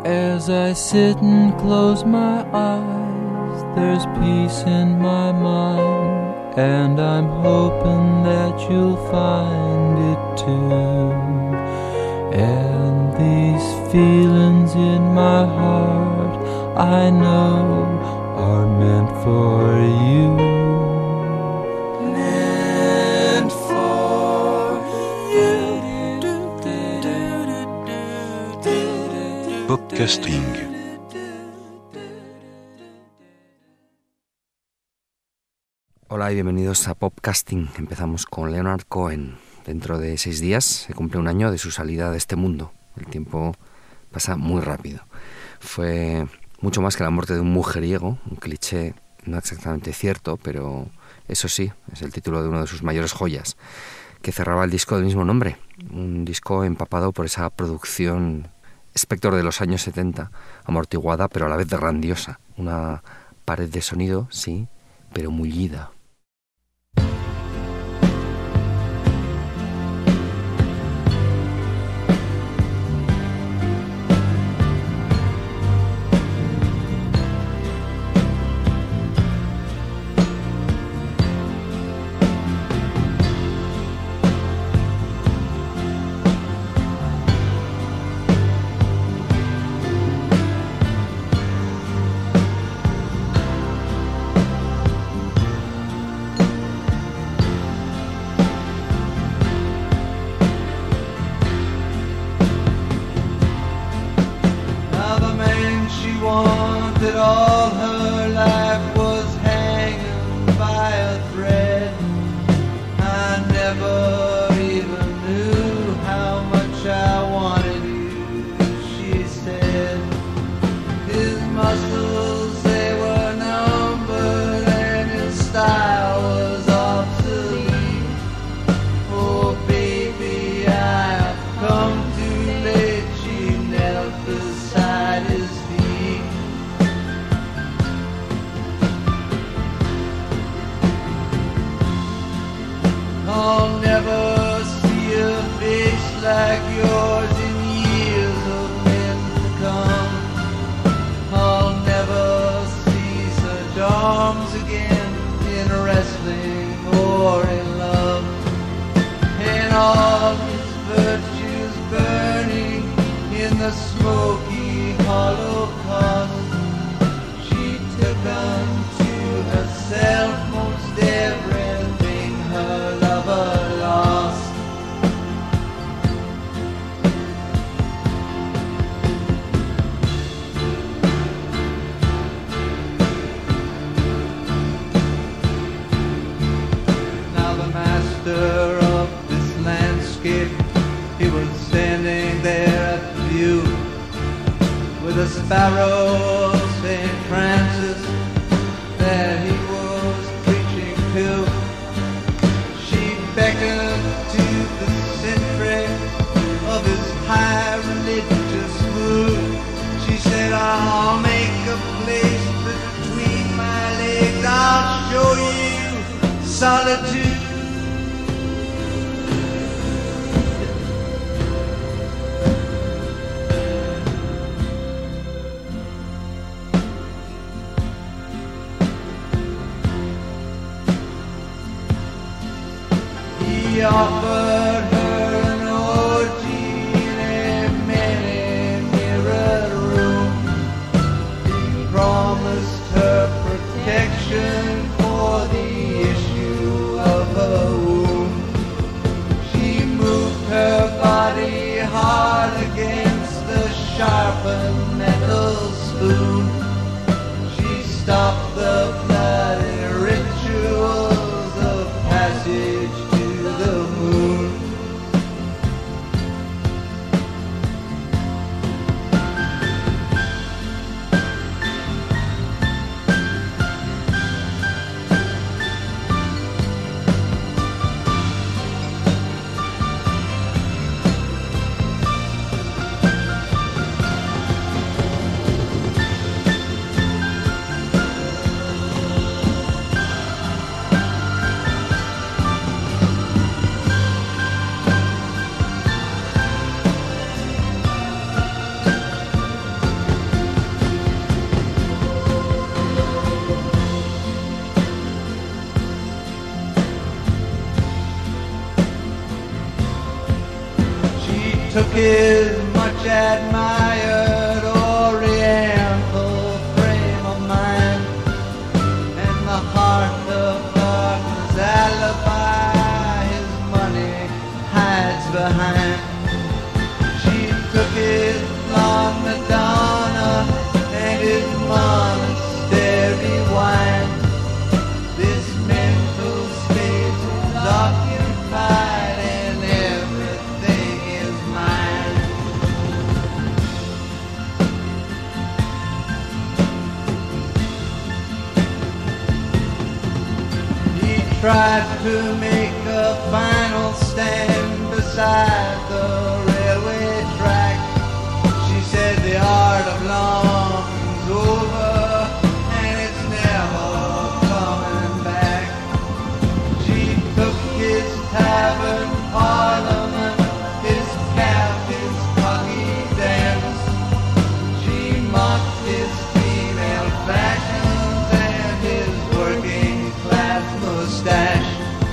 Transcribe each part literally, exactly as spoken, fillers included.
As I sit and close my eyes, there's peace in my mind, and I'm hoping that you'll find it too. And these feelings in my heart, I know, are meant for you. Meant for you. Podcasting. Hola y bienvenidos a Podcasting. Empezamos con Leonard Cohen. Dentro de seis días se cumple un año de su salida de este mundo. El tiempo pasa muy rápido. Fue mucho más que la muerte de un mujeriego, un cliché no exactamente cierto, pero eso sí, es el título de una de sus mayores joyas, que cerraba el disco del mismo nombre. Un disco empapado por esa producción Spector de los años setenta, amortiguada pero a la vez grandiosa. Una pared de sonido, sí, pero mullida. That all her life was hanging by a thread. I never even knew how much I wanted you, she said. His muscles, they were numbered and his style was obsolete. Oh baby, I've come too late, she knelt beside his feet. I'll never see a face like yours in years of men to come. I'll never see such arms again in wrestling or in love. And all his virtues burning in the smoky holocaust. She took unto herself most everything her lover lost. Now the master of this landscape, he was standing there at the view with a sparrow of Saint Francis that he was preaching to. She beckoned to the sentry of his high religious mood. She said, I'll make a place between my legs, I'll show you solitude. He offered her an orgy in a many-mirrored room. He promised her protection for the issue of took his much admired oriental frame of mind and the heart of darkness alibi his money hides behind. She took his blonde Madonna and his monastery wine. This mental space is occupied and everything is mine. He tried to make a final stand beside the railway track. She said the art of longing's over and it's never coming back. She took his tavern parliament, his cap, his cocky dance. She mocked his female fashions and his working class mustache.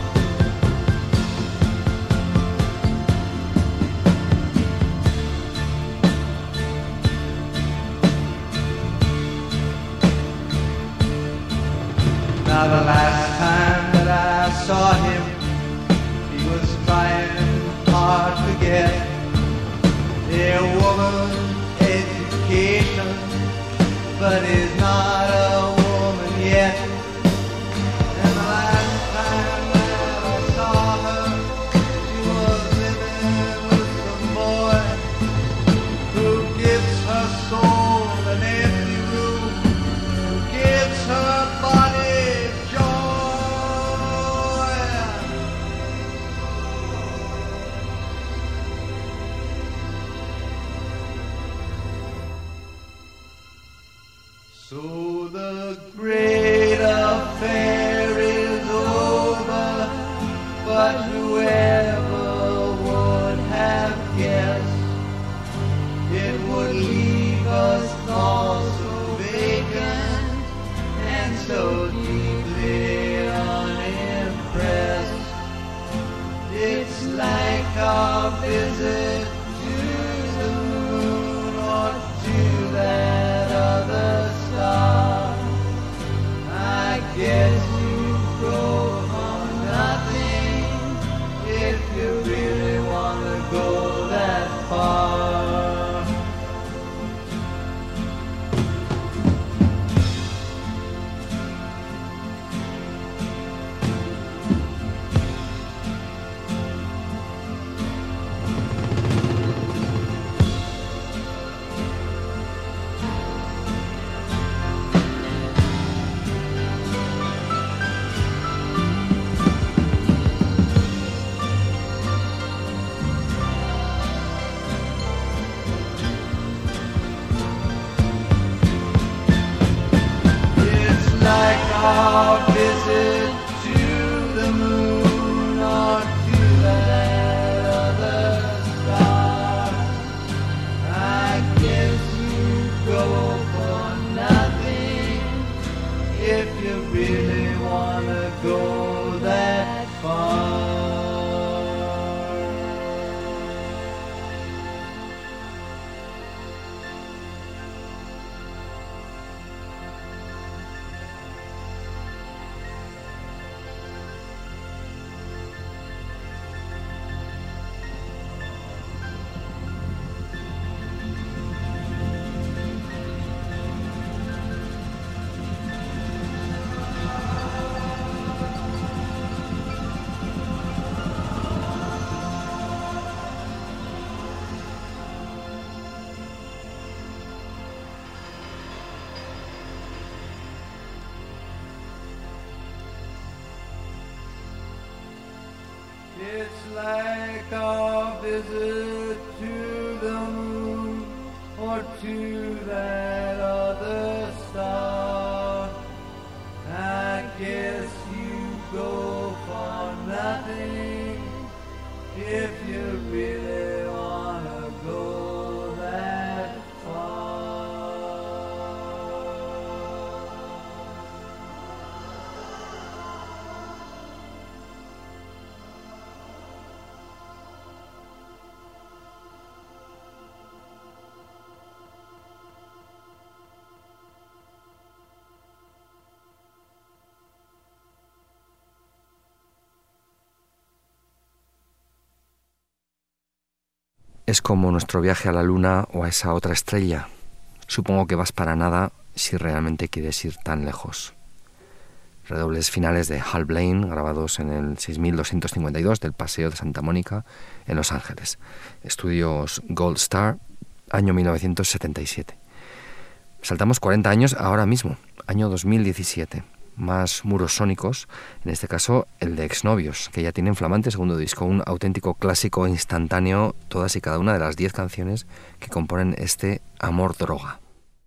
Now the last time that I saw him, he was trying hard to get a woman's education, but he's not a woman yet. And the last time that I saw her, she was living with some boy who gives her soul an empty room, who gives her body so the great affair is over, but whoever would have guessed it would leave us all so vacant and so deeply unimpressed. It's like our visit to the moon or to that other star. I guess you go for nothing if you really want to go that far. Our visit to the moon or to that other star. I guess you go for nothing if you really want to go that far. It's like our visit to the moon or to that other star. I guess you go for nothing if you really want to go that far. es como nuestro viaje a la luna o a esa otra estrella. Supongo que vas para nada si realmente quieres ir tan lejos. Redobles finales de Hal Blaine, grabados en el seis mil doscientos cincuenta y dos del Paseo de Santa Mónica en Los Ángeles. Estudios Gold Star, año mil novecientos setenta y siete. Saltamos cuarenta años ahora mismo, año dos mil diecisiete. Más muros sónicos, en este caso el de Exnovios, que ya tiene un flamante segundo disco, un auténtico clásico instantáneo, todas y cada una de las diez canciones que componen este Amor Droga.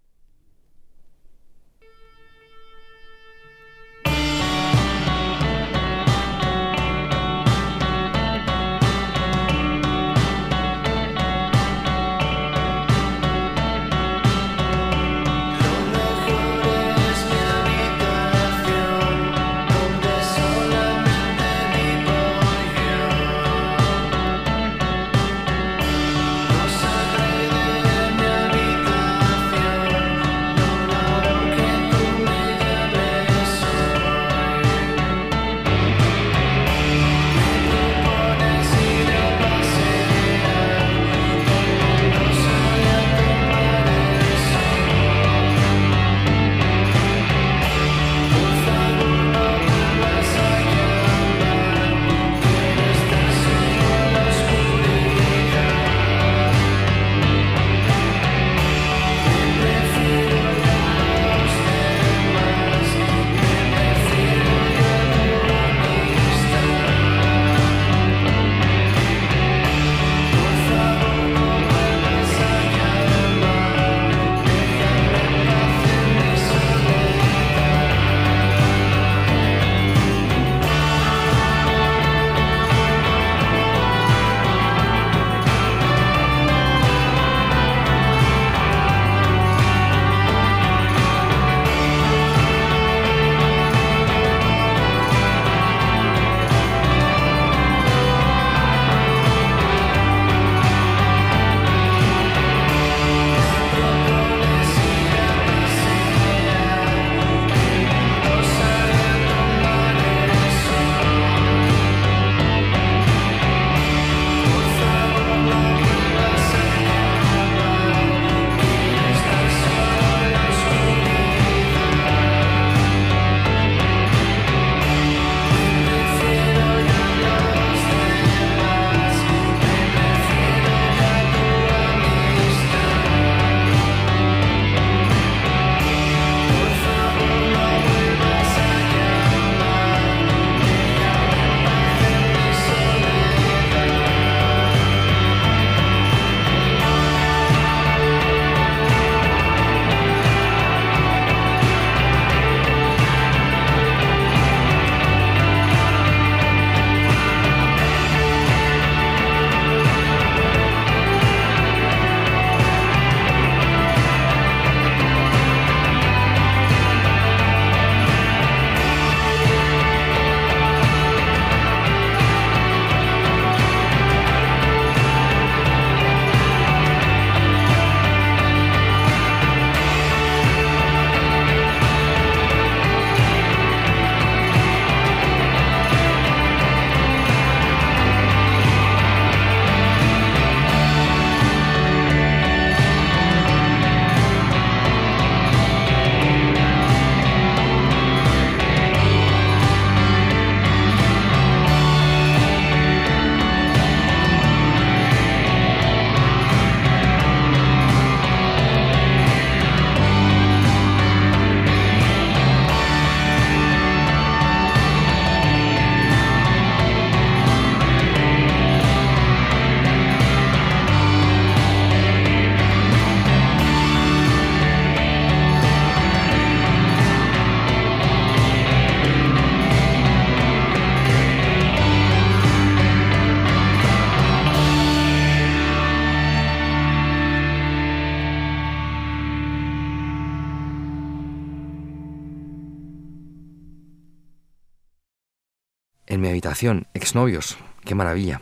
en mi habitación, exnovios, qué maravilla.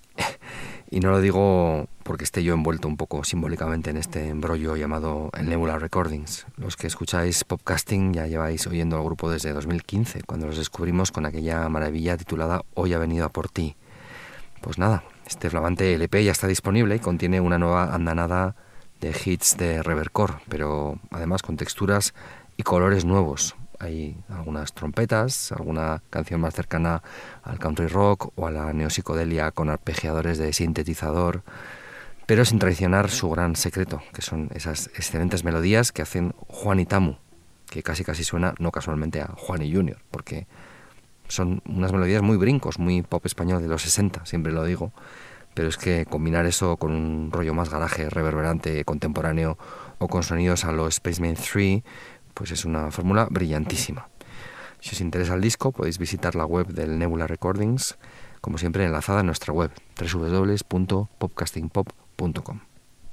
Y no lo digo porque esté yo envuelto un poco simbólicamente en este embrollo llamado el Nebula Recordings. Los que escucháis Popcasting ya lleváis oyendo al grupo desde dos mil quince, cuando los descubrimos con aquella maravilla titulada Hoy ha venido a por ti. Pues nada, este flamante L P ya está disponible y contiene una nueva andanada de hits de revercore, pero además con texturas y colores nuevos. Hay algunas trompetas, alguna canción más cercana al country rock o a la neopsicodelia con arpegiadores de sintetizador, pero sin traicionar su gran secreto, que son esas excelentes melodías que hacen Juan y Tamu, que casi casi suena no casualmente a Juan y Junior, porque son unas melodías muy brincos, muy pop español de los sesenta, siempre lo digo, pero es que combinar eso con un rollo más garaje, reverberante, contemporáneo o con sonidos a los Spaceman tres, pues es una fórmula brillantísima. Si os interesa el disco, podéis visitar la web del Nebula Recordings, como siempre enlazada en nuestra web, doble u doble u doble u punto popcasting pop punto com.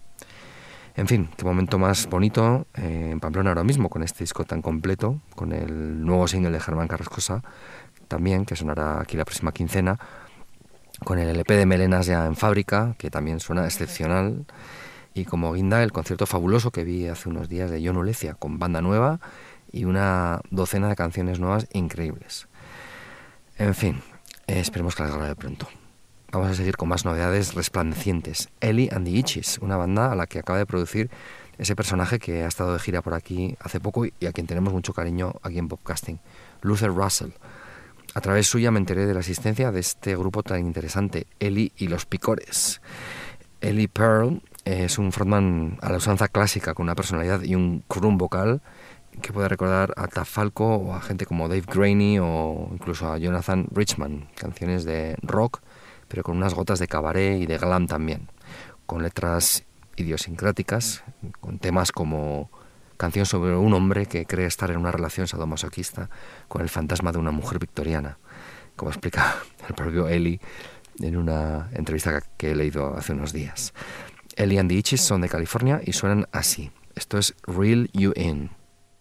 En fin, qué momento más bonito eh, en Pamplona ahora mismo, con este disco tan completo, con el nuevo single de Germán Carrascosa, también, que sonará aquí la próxima quincena, con el L P de Melenas ya en fábrica, que también suena excepcional, y como guinda el concierto fabuloso que vi hace unos días de Jon Ulecia, con banda nueva y una docena de canciones nuevas increíbles. En fin, eh, esperemos que las grabe pronto. Vamos a seguir con más novedades resplandecientes. Ellie and the Itchies, una banda a la que acaba de producir ese personaje que ha estado de gira por aquí hace poco y a quien tenemos mucho cariño aquí en Popcasting, Luther Russell. A través suya me enteré de la existencia de este grupo tan interesante, Ellie y los Picores. Ellie Pearl es un frontman a la usanza clásica, con una personalidad y un crooner vocal que puede recordar a Taff Falco o a gente como Dave Graney o incluso a Jonathan Richman, canciones de rock, pero con unas gotas de cabaret y de glam también, con letras idiosincráticas, con temas como canción sobre un hombre que cree estar en una relación sadomasoquista con el fantasma de una mujer victoriana, como explica el propio Ellie en una entrevista que he leído hace unos días. Ellie and the Itchies son de California y suenan así. Esto es Reel You In.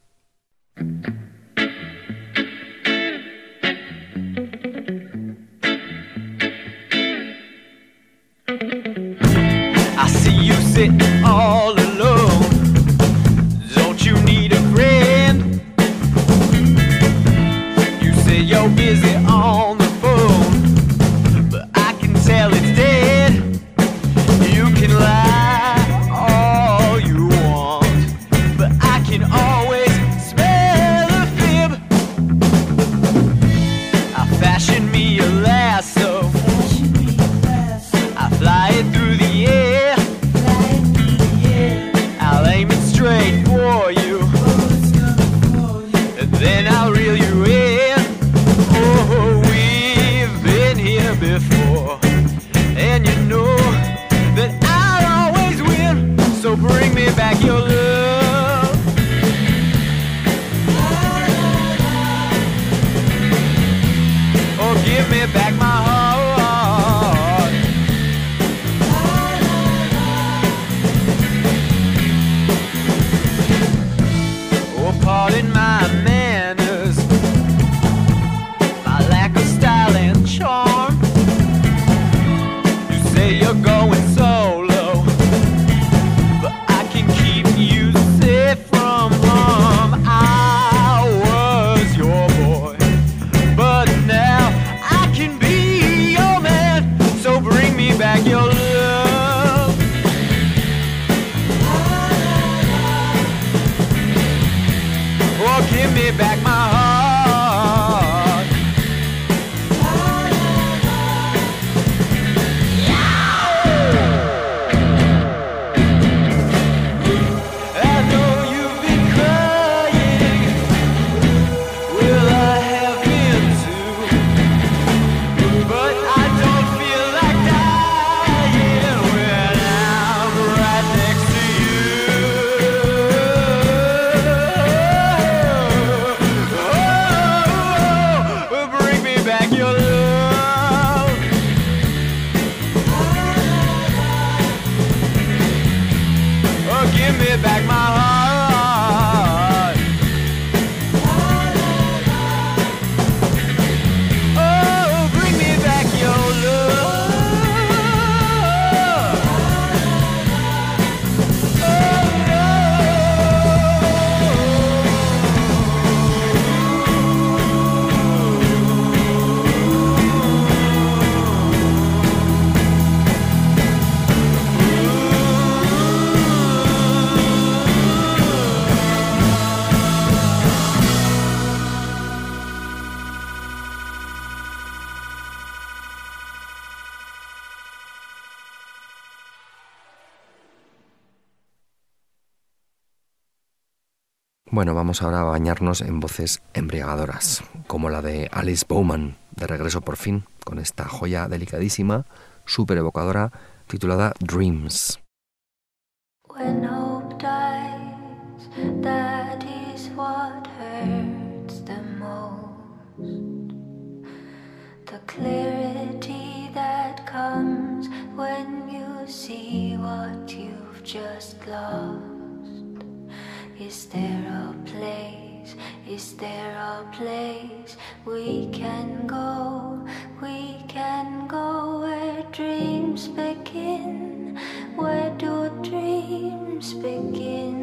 I see you sitting all alone. Don't you need a friend? You say you're busy on the phone, but I can tell it's dead. You can lie all you want, but I can always smell a fib. I fashion me a lasso, I fly it through the air, I'll aim it straight for you, and then I'll reel you in. Oh, we've been here before, and you know that I'll always win, so bring me back your love. Oh, give me back my heart. Oh, pardon my manners, my lack of style and charm. You say you're going solo, but I can keep you safe from harm. I was your boy, but now I can be your man, so bring me back your love. Oh, give me back my heart. I know you've been crying, well I have been too, but I don't feel like dying when I'm right next to you. Oh, bring me back your love. Oh, give me back my heart. Oh, bring me back your love. Oh, Bueno, vamos ahora a bañarnos en voces embriagadoras, como la de Alice Bowman, de regreso por fin, con esta joya delicadísima, súper evocadora, titulada Dreams. When hope dies, that is what hurts the most. The clarity that comes when you see what you've just lost. Is there a place, is there a place we can go, we can go where dreams begin, where do dreams begin?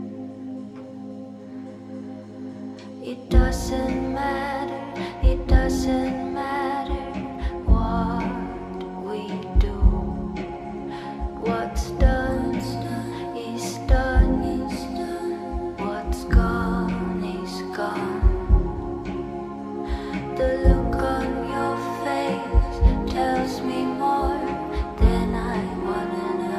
It doesn't matter, it doesn't matter what we do, what's done is done. Gone is gone. The look on your face tells me more than I wanna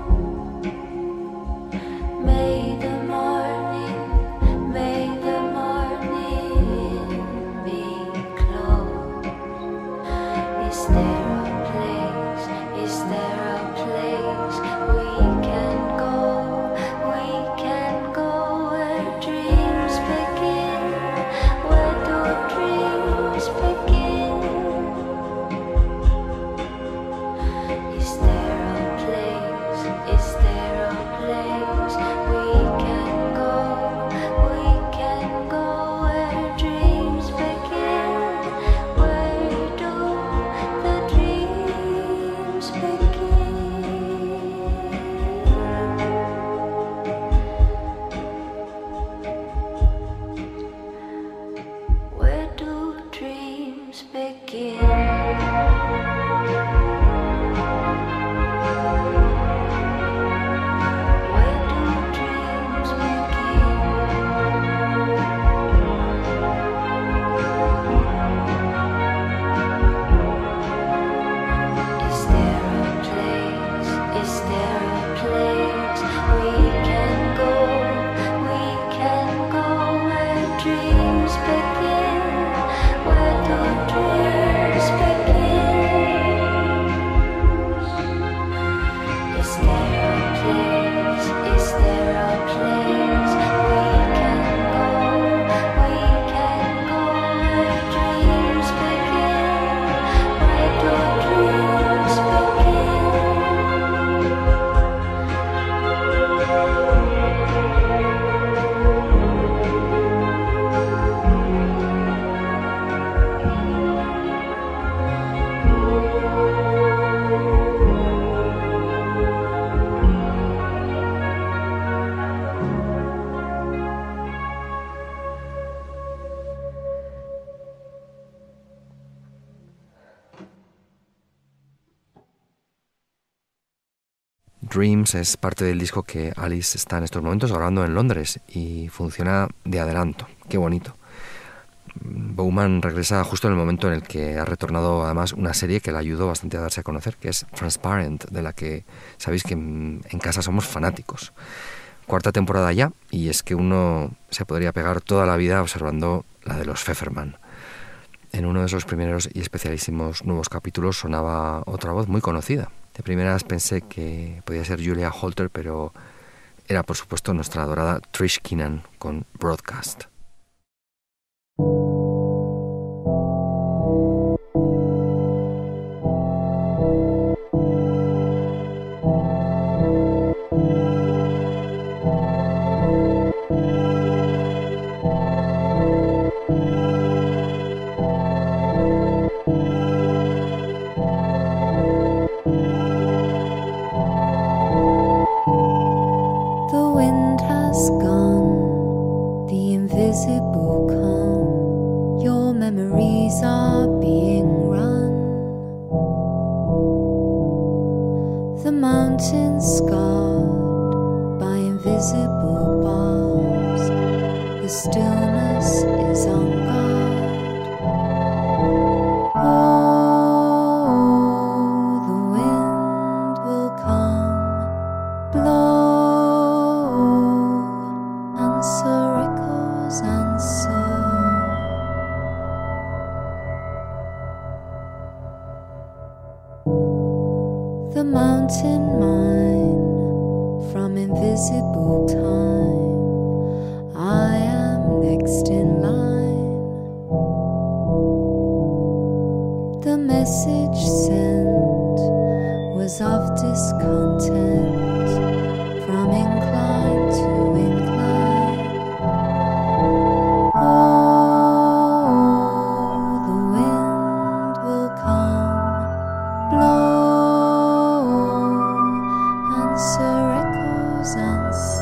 know. May the morning, may the morning be close. Is there a place, is there a place we can go, we can go? Dreams begin, where do dreams begin? Is there a place, is there a place we can go, we can go where dreams begin, where do the dreams begin? Where do dreams begin? Dreams es parte del disco que Alice está en estos momentos grabando en Londres y funciona de adelanto. Qué bonito. Bowman regresa justo en el momento en el que ha retornado además una serie que le ayudó bastante a darse a conocer, que es Transparent, de la que sabéis que en, en casa somos fanáticos. Cuarta temporada ya, y es que uno se podría pegar toda la vida observando la de los Pfefferman. En uno de esos primeros y especialísimos nuevos capítulos sonaba otra voz muy conocida. De primeras pensé que podía ser Julia Holter, pero era por supuesto nuestra adorada Trish Keenan con Broadcast. invisible time. I am next in line. The message sent was of discontent, from incline to incline. Oh, the wind will come, blow, answer echoes, answer.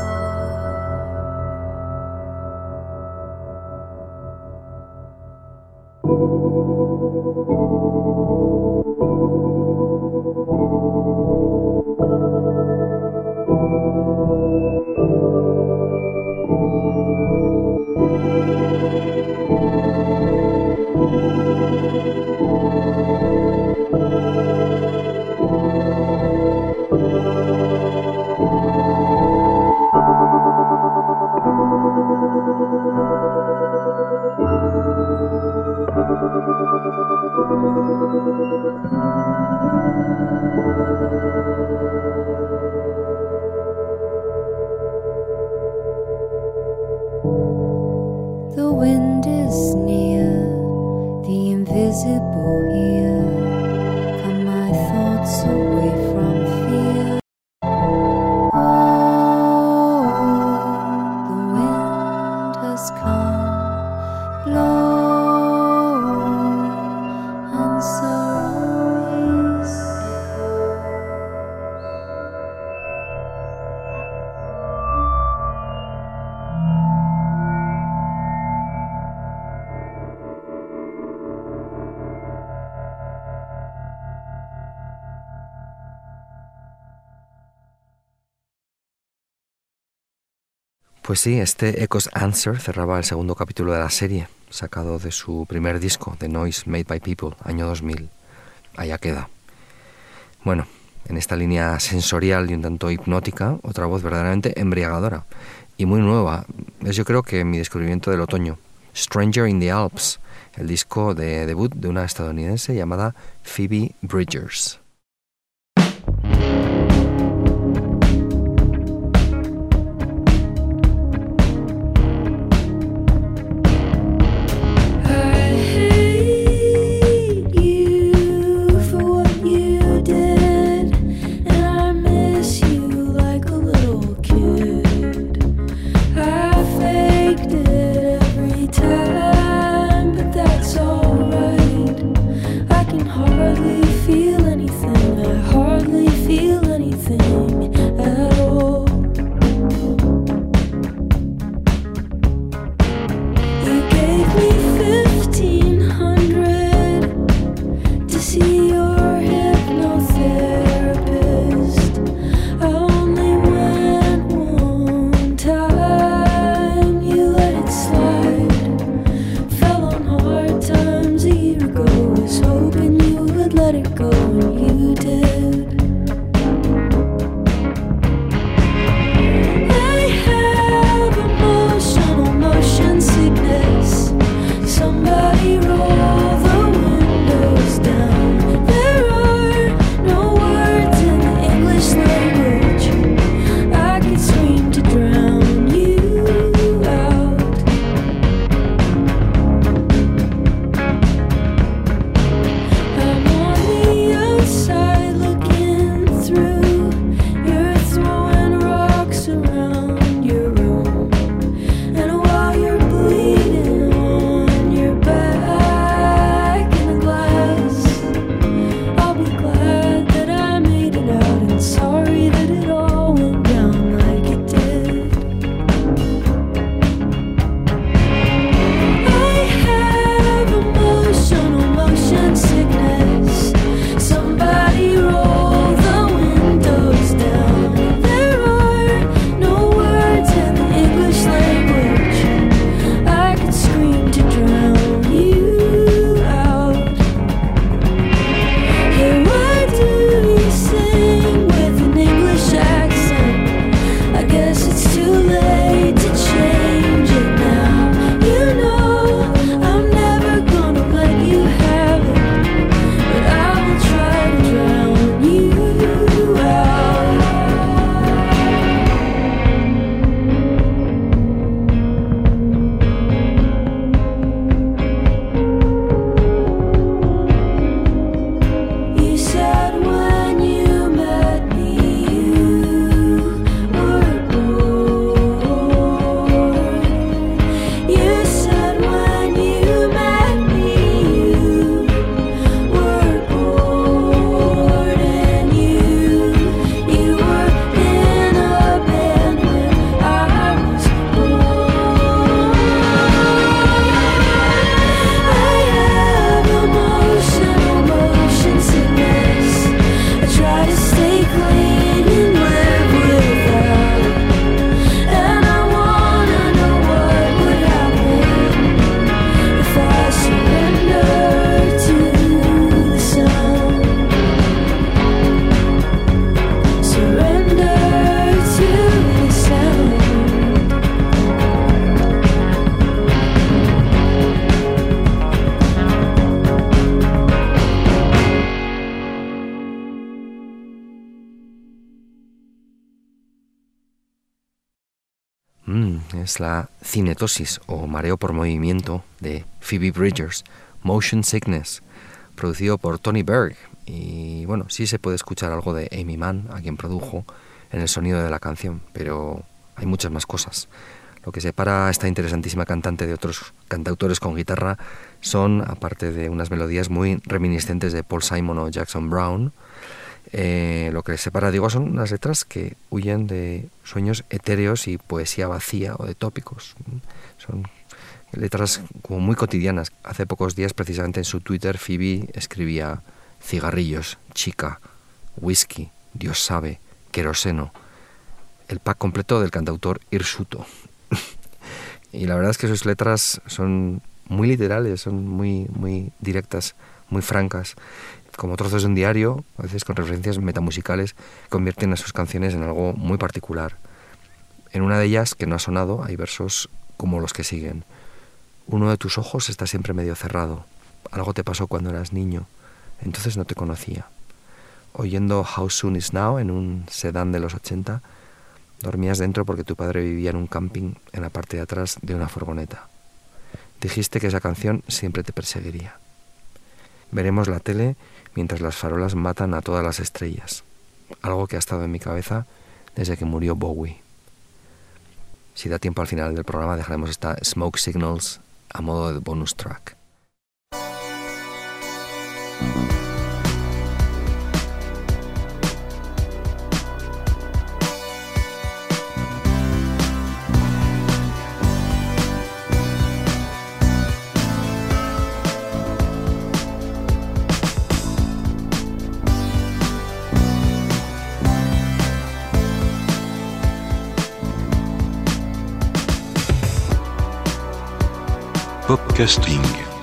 The wind is near, the invisible here. Come my thoughts away from fear. Oh, the wind has come, blow, answer always. Pues sí, este Echoes Answer cerraba el segundo capítulo de la serie, sacado de su primer disco, The Noise Made by People, año dos mil. Allá queda. Bueno, en esta línea sensorial y un tanto hipnótica, otra voz verdaderamente embriagadora y muy nueva. Es yo creo que mi descubrimiento del otoño. Stranger in the Alps, el disco de debut de una estadounidense llamada Phoebe Bridgers. Hardly feel anything. es la cinetosis o mareo por movimiento de Phoebe Bridgers, Motion Sickness, producido por Tony Berg. Y bueno, sí se puede escuchar algo de Amy Mann, a quien produjo, en el sonido de la canción, pero hay muchas más cosas. Lo que separa a esta interesantísima cantante de otros cantautores con guitarra son, aparte de unas melodías muy reminiscentes de Paul Simon o Jackson Browne, eh, lo que les separa, digo, son unas letras que huyen de sueños etéreos y poesía vacía o de tópicos. Son letras como muy cotidianas. Hace pocos días, precisamente en su Twitter, Phoebe escribía: cigarrillos, chica, whisky, Dios sabe, queroseno, el pack completo del cantautor hirsuto. Y la verdad es que sus letras son muy literales, son muy, muy directas, muy francas, como trozos de un diario, a veces con referencias metamusicales, convierten a sus canciones en algo muy particular. En una de ellas, que no ha sonado, hay versos como los que siguen: uno de tus ojos está siempre medio cerrado, algo te pasó cuando eras niño, entonces no te conocía. Oyendo How Soon Is Now en un sedán de los ochenta, dormías dentro porque tu padre vivía en un camping en la parte de atrás de una furgoneta. Dijiste que esa canción siempre te perseguiría. Veremos la tele mientras las farolas matan a todas las estrellas, algo que ha estado en mi cabeza desde que murió Bowie. Si da tiempo al final del programa dejaremos esta Smoke Signals a modo de bonus track. Popcasting.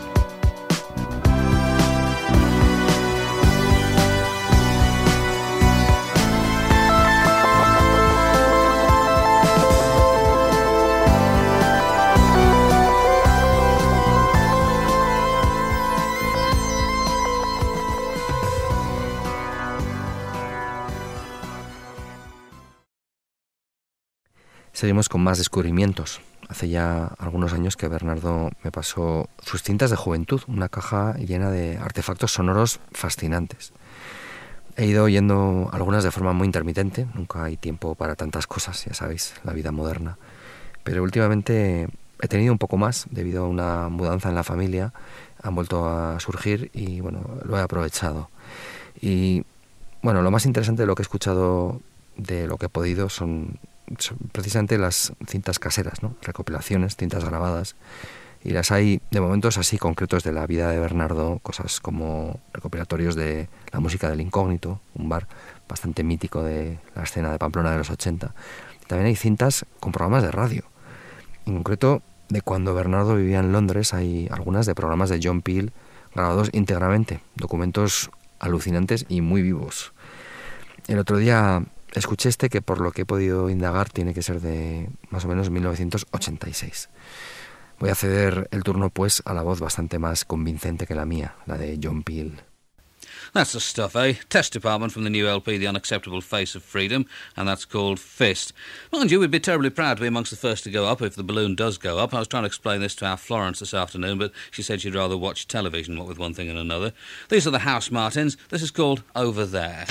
Seguimos con más descubrimientos. Hace ya algunos años que Bernardo me pasó sus cintas de juventud, una caja llena de artefactos sonoros fascinantes. He ido oyendo algunas de forma muy intermitente, nunca hay tiempo para tantas cosas, ya sabéis, la vida moderna. Pero últimamente he tenido un poco más, debido a una mudanza en la familia, han vuelto a surgir y bueno, lo he aprovechado. Y bueno, lo más interesante de lo que he escuchado, de lo que he podido, son... son precisamente las cintas caseras, ¿no? Recopilaciones, cintas grabadas, y las hay de momentos así concretos de la vida de Bernardo, cosas como recopilatorios de la música del Incógnito, un bar bastante mítico de la escena de Pamplona de los ochenta. También hay cintas con programas de radio, en concreto de cuando Bernardo vivía en Londres. Hay algunas de programas de John Peel grabados íntegramente, documentos alucinantes y muy vivos. El otro día escuché este, que por lo que he podido indagar tiene que ser de más o menos mil novecientos ochenta y seis. Voy a ceder el turno pues a la voz bastante más convincente que la mía, la de John Peel. That's the stuff, eh? Test department from the new L P, The Unacceptable Face of Freedom, and that's called Fist. Mind you, we'd be terribly proud to be amongst the first to go up if the balloon does go up. I was trying to explain this to our Florence this afternoon, but she said she'd rather watch television, what with one thing and another. These are the House Martins. This is called Over There.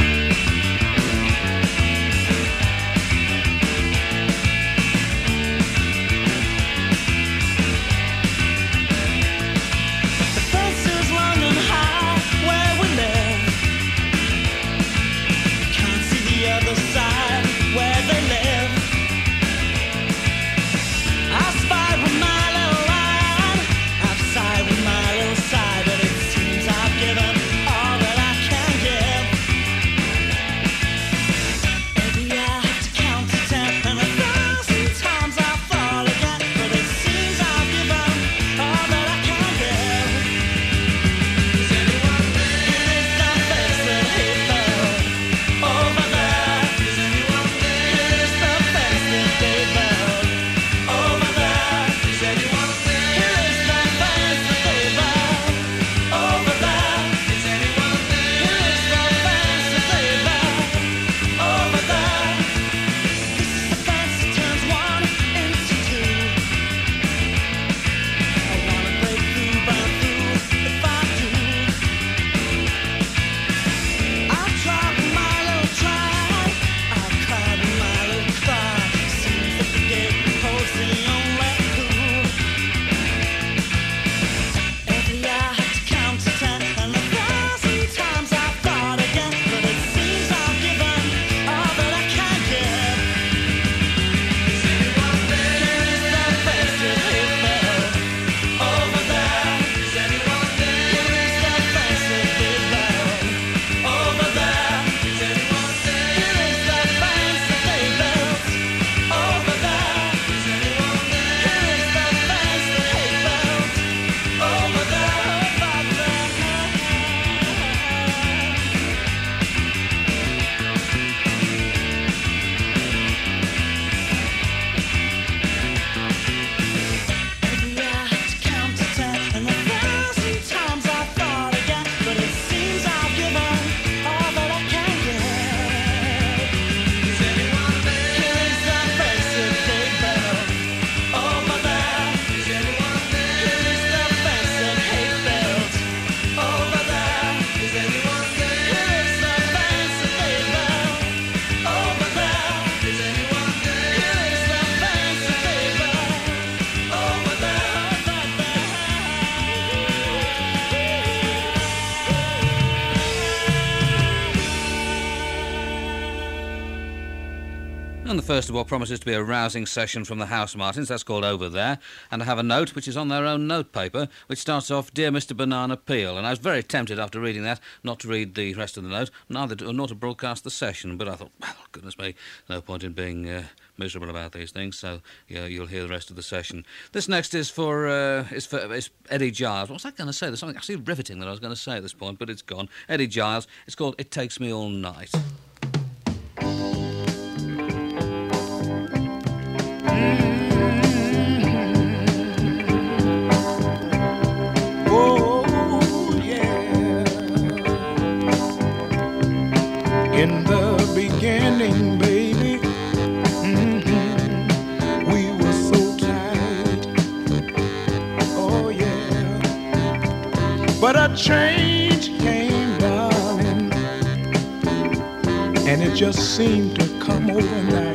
first of what promises to be a rousing session from the House Martins. That's called Over There. And I have a note, which is on their own note paper, which starts off, Dear Mister Banana Peel. And I was very tempted after reading that not to read the rest of the note, neither to, nor to broadcast the session. But I thought, well, goodness me, no point in being uh, miserable about these things. So yeah, you'll hear the rest of the session. This next is for uh, is for is Eddie Giles. What was I going to say? There's something actually riveting that I was going to say at this point, but it's gone. Eddie Giles. It's called It Takes Me All Night. Oh, yeah. In the beginning, baby, mm-hmm, we were so tight. Oh, yeah. But a change came, darling, and it just seemed to come overnight.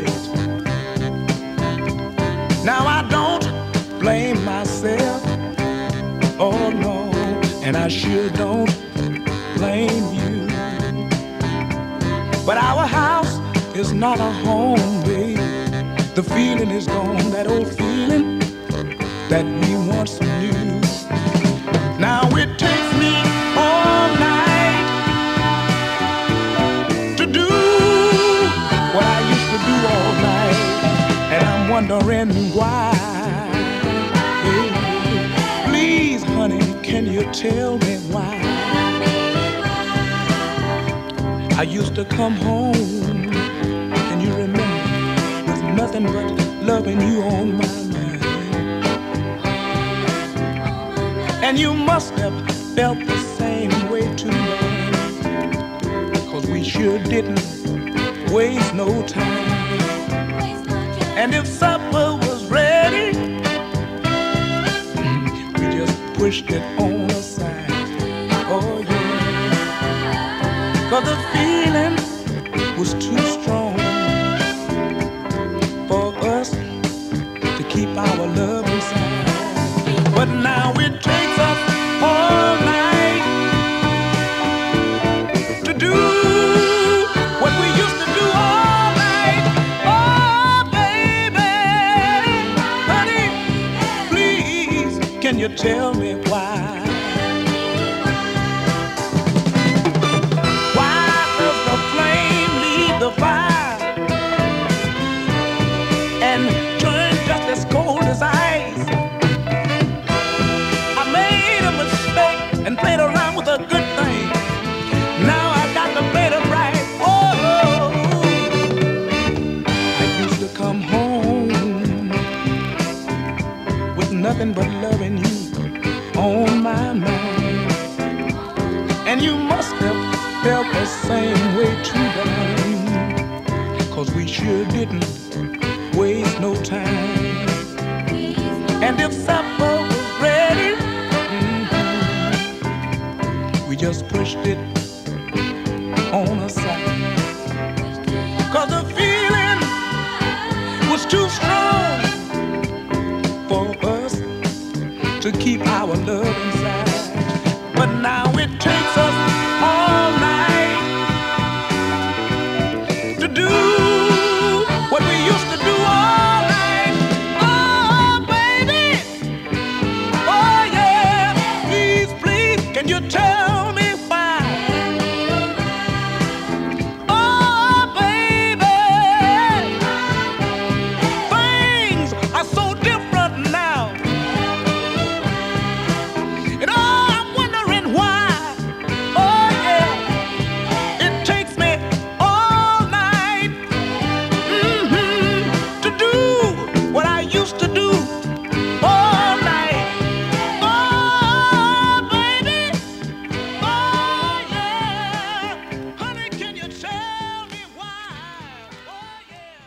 Now I don't blame myself, oh no, and I sure don't blame you. But our house is not a home, babe. The feeling is gone, that old feeling that we once knew. Now it takes me all night to do what I used to do all night, and I'm wondering why. Hey, please, honey, can you tell me why? I used to come home, can you remember, with nothing but loving you on my mind. And you must have felt the same way too, man, 'cause we sure didn't waste no time. And if supper was ready, we just pushed it on aside. Oh yeah, 'cause the feeling was too strong for us to keep our love inside. But now it takes us all night to do what we used to do all night. Oh, baby, honey, please, can you tell me why? Why does the flame leave the fire and turn just as cold as ice? I made a mistake and played around with a good thing. Now I got to play it right. Oh, I used to come home with nothing but loving you on my mind. And you must have felt the same way too, darling, 'cause we sure didn't waste no time. And if supper was ready, mm-hmm, we just pushed it on aside. 'Cause the feeling was too strong for us to keep our love inside. But now it takes us all night to do what we used to do all night. Oh, baby, oh yeah, please, please, can you tell me why? Oh, baby, things are so different now. And oh, I'm wondering why. Oh yeah, it takes me all night, mm-hmm, to do what I used to do all night. Oh, baby, oh yeah, honey, can you tell me why? Oh yeah.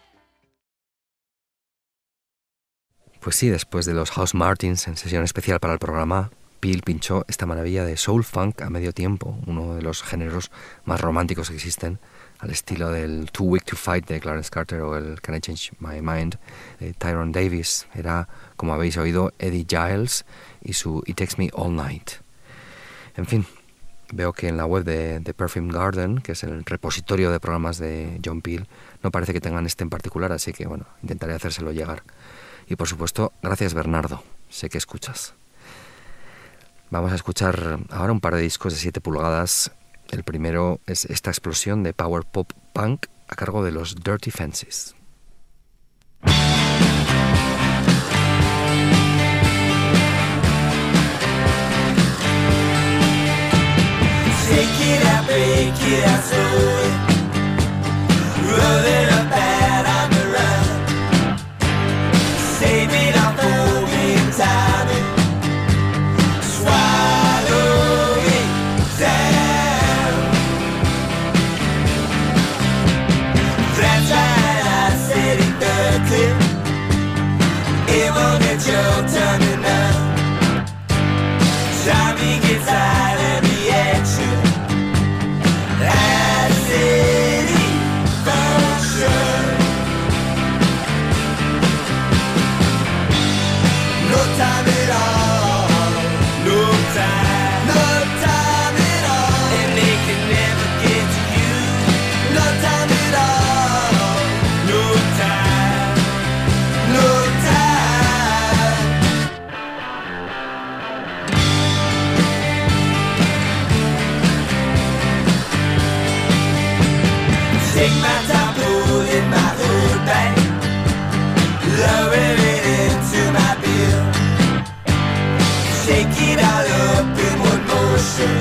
Pues sí, después de los House Martins en sesión especial para el programa, Peel pinchó esta maravilla de soul funk a medio tiempo, uno de los géneros más románticos que existen, al estilo del Too Weak to Fight de Clarence Carter o el Can I Change My Mind de Tyrone Davis. Era, como habéis oído, Eddie Giles y su It Takes Me All Night. En fin, veo que en la web de The Perfume Garden, que es el repositorio de programas de John Peel, no parece que tengan este en particular, así que bueno, intentaré hacérselo llegar. Y por supuesto, gracias Bernardo, sé que escuchas. Vamos a escuchar ahora un par de discos de siete pulgadas. El primero es esta explosión de power pop punk a cargo de los Dirty Fancies. Take it out, break it out slowly. Rolling up and on the run. Save it all for me in time. Swallow it down. That's right, I said it dirty. It won't get your turning up. Tommy gets out of the action. Take my time pulling my hood back, lowering it into my bill. Shake it all up in one motion.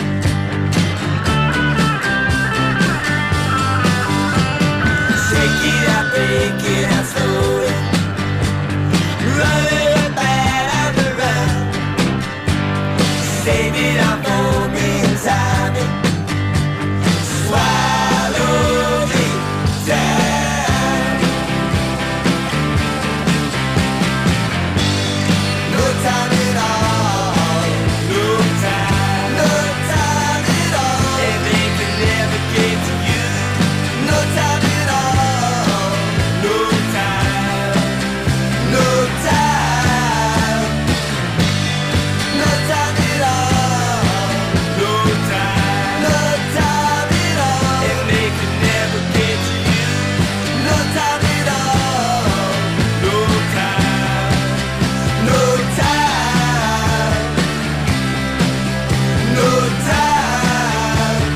Shake it out, break it out slowly. Roll it up and on the run. Save it all for me in time. Swallow it down. No time at all. No time. No time at all. And they can never get to you. No time at all. No time. No time. No time at all. No time. No time at all. And they can never get to you. No time at all. No time. No time. No time.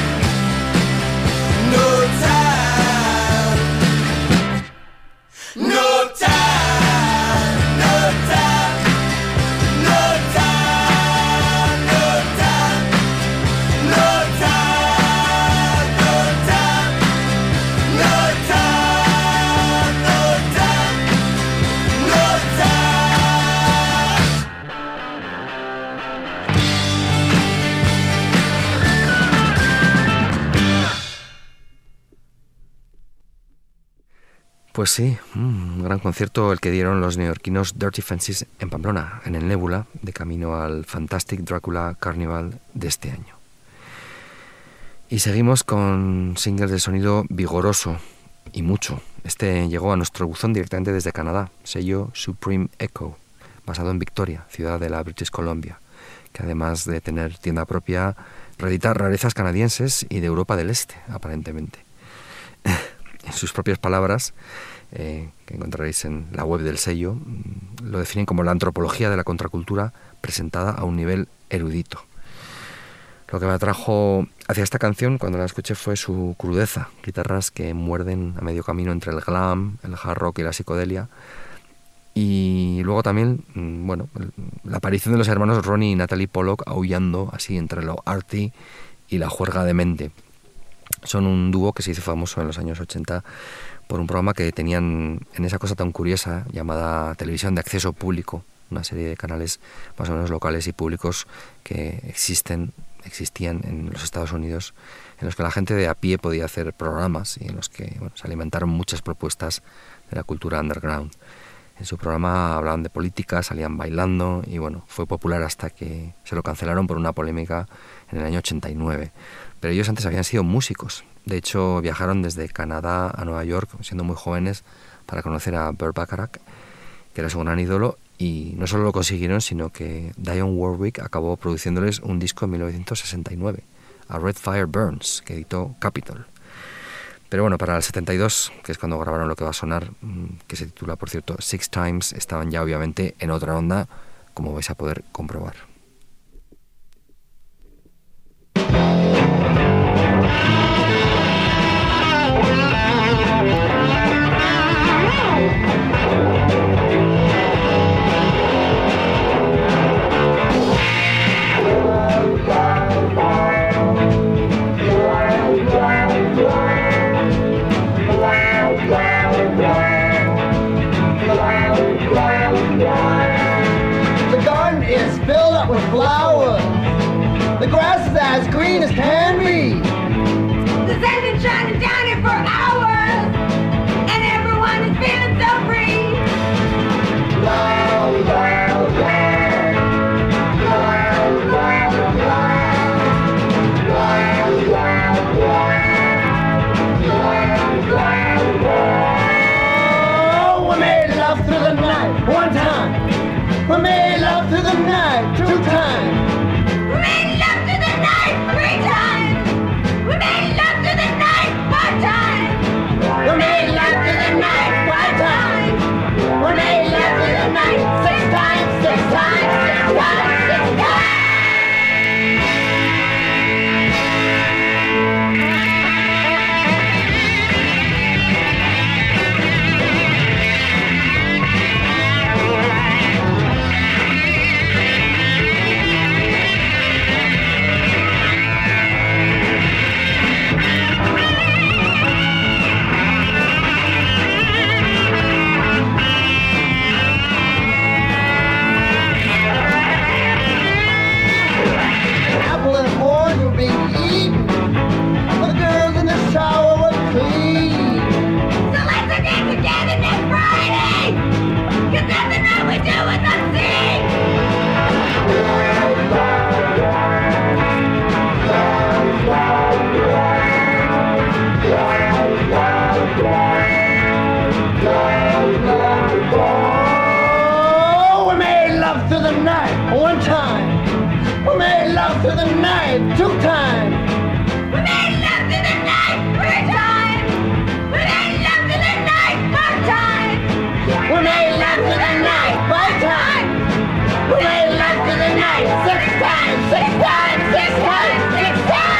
No time. No time. No time. No time. No time. No time. No time. No time. No time. Pues sí, un gran concierto el que dieron los neoyorquinos Dirty Fancies en Pamplona, en el Nébula, de camino al Fantastic Dracula Carnival de este año. Y seguimos con singles de sonido vigoroso y mucho. Este llegó a nuestro buzón directamente desde Canadá, sello Supreme Echo, basado en Victoria, ciudad de la British Columbia, que además de tener tienda propia, reedita rarezas canadienses y de Europa del Este, aparentemente. En sus propias palabras, eh, que encontraréis en la web del sello, lo definen como la antropología de la contracultura presentada a un nivel erudito. Lo que me atrajo hacia esta canción cuando la escuché fue su crudeza, guitarras que muerden a medio camino entre el glam, el hard rock y la psicodelia. Y luego también, bueno, la aparición de los hermanos Ronnie y Natalie Pollock aullando así entre lo arty y la juerga de mente. Son un dúo que se hizo famoso en los años ochenta por un programa que tenían en esa cosa tan curiosa llamada televisión de acceso público, una serie de canales más o menos locales y públicos que existen, existían en los Estados Unidos, en los que la gente de a pie podía hacer programas y en los que bueno, se alimentaron muchas propuestas de la cultura underground. En su programa hablaban de política, salían bailando y bueno, fue popular hasta que se lo cancelaron por una polémica en el año ochenta y nueve. Pero ellos antes habían sido músicos. De hecho, viajaron desde Canadá a Nueva York, siendo muy jóvenes, para conocer a Burt Bacharach, que era su gran ídolo, y no solo lo consiguieron, sino que Dionne Warwick acabó produciéndoles un disco en mil novecientos sesenta y nueve, A Red Fire Burns, que editó Capitol. Pero bueno, para el setenta y dos, que es cuando grabaron lo que va a sonar, que se titula, por cierto, Six Times, estaban ya obviamente en otra onda, como vais a poder comprobar. The grass is as green as can be. The sun's been shining down here for hours, and everyone is feeling so free. Loud, loud, loud. Loud, loud, loud. Loud, loud, loud. Loud, loud, loud. Oh, we made love through the night one time. We made love through the night two times. We made love through the night three times. We made love through the night four times. We made love through the night five times. We made love through the night six times, six times, six times, six times. Through the night, two times. We made love through the night three times. We made love through the night four times. We made love through the night five times. We made love through the night six times, six times, six times, six times.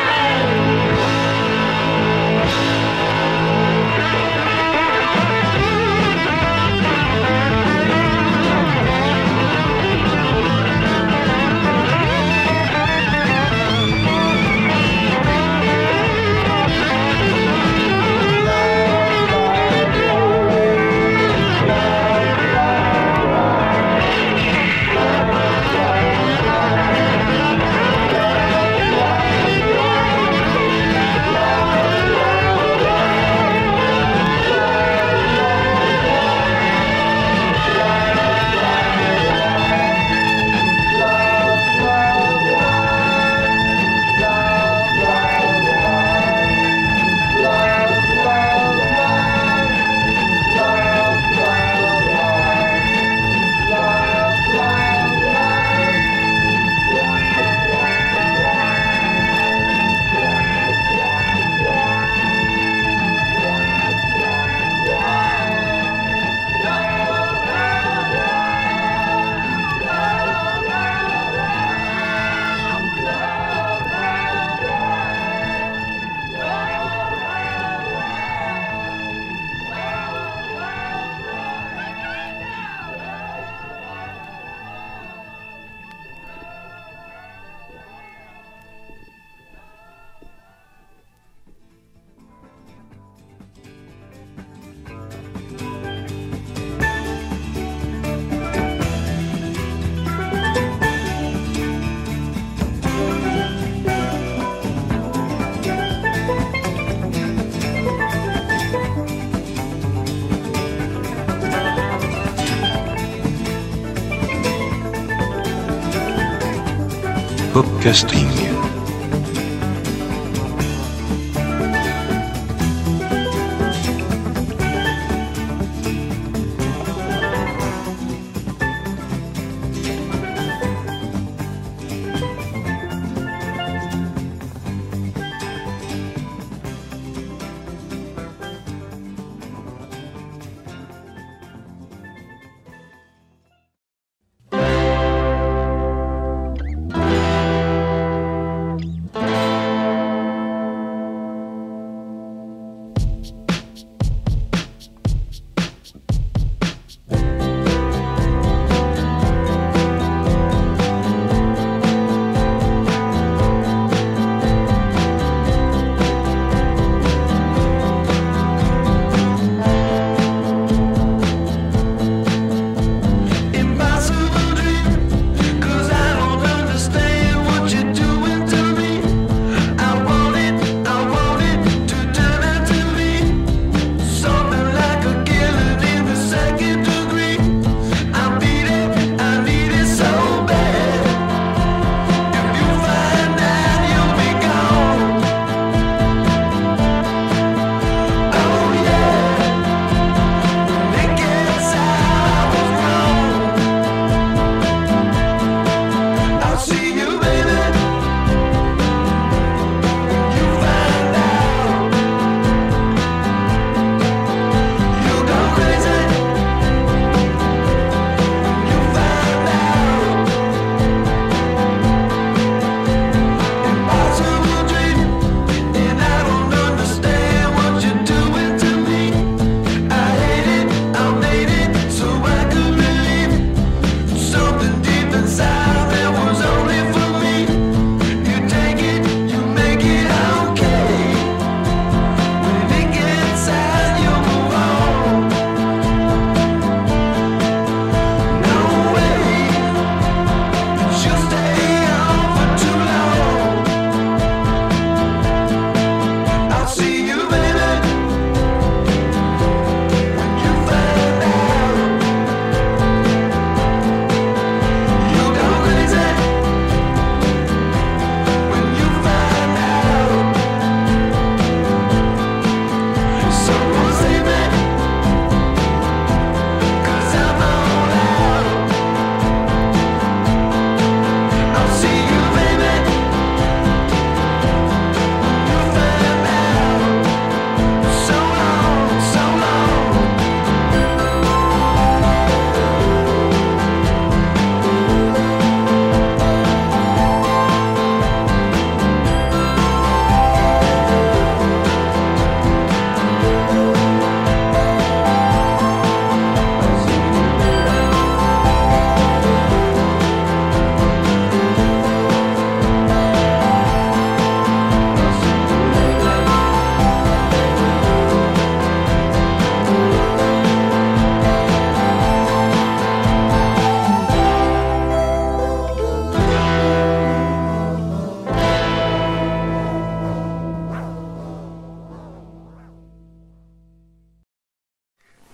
Popcasting.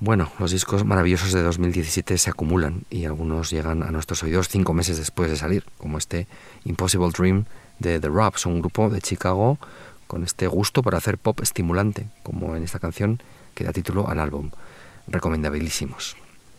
Bueno, los discos maravillosos de dos mil diecisiete se acumulan y algunos llegan a nuestros oídos cinco meses después de salir, como este Impossible Dream de The Raps, un grupo de Chicago con este gusto por hacer pop estimulante, como en esta canción que da título al álbum. Recomendabilísimos.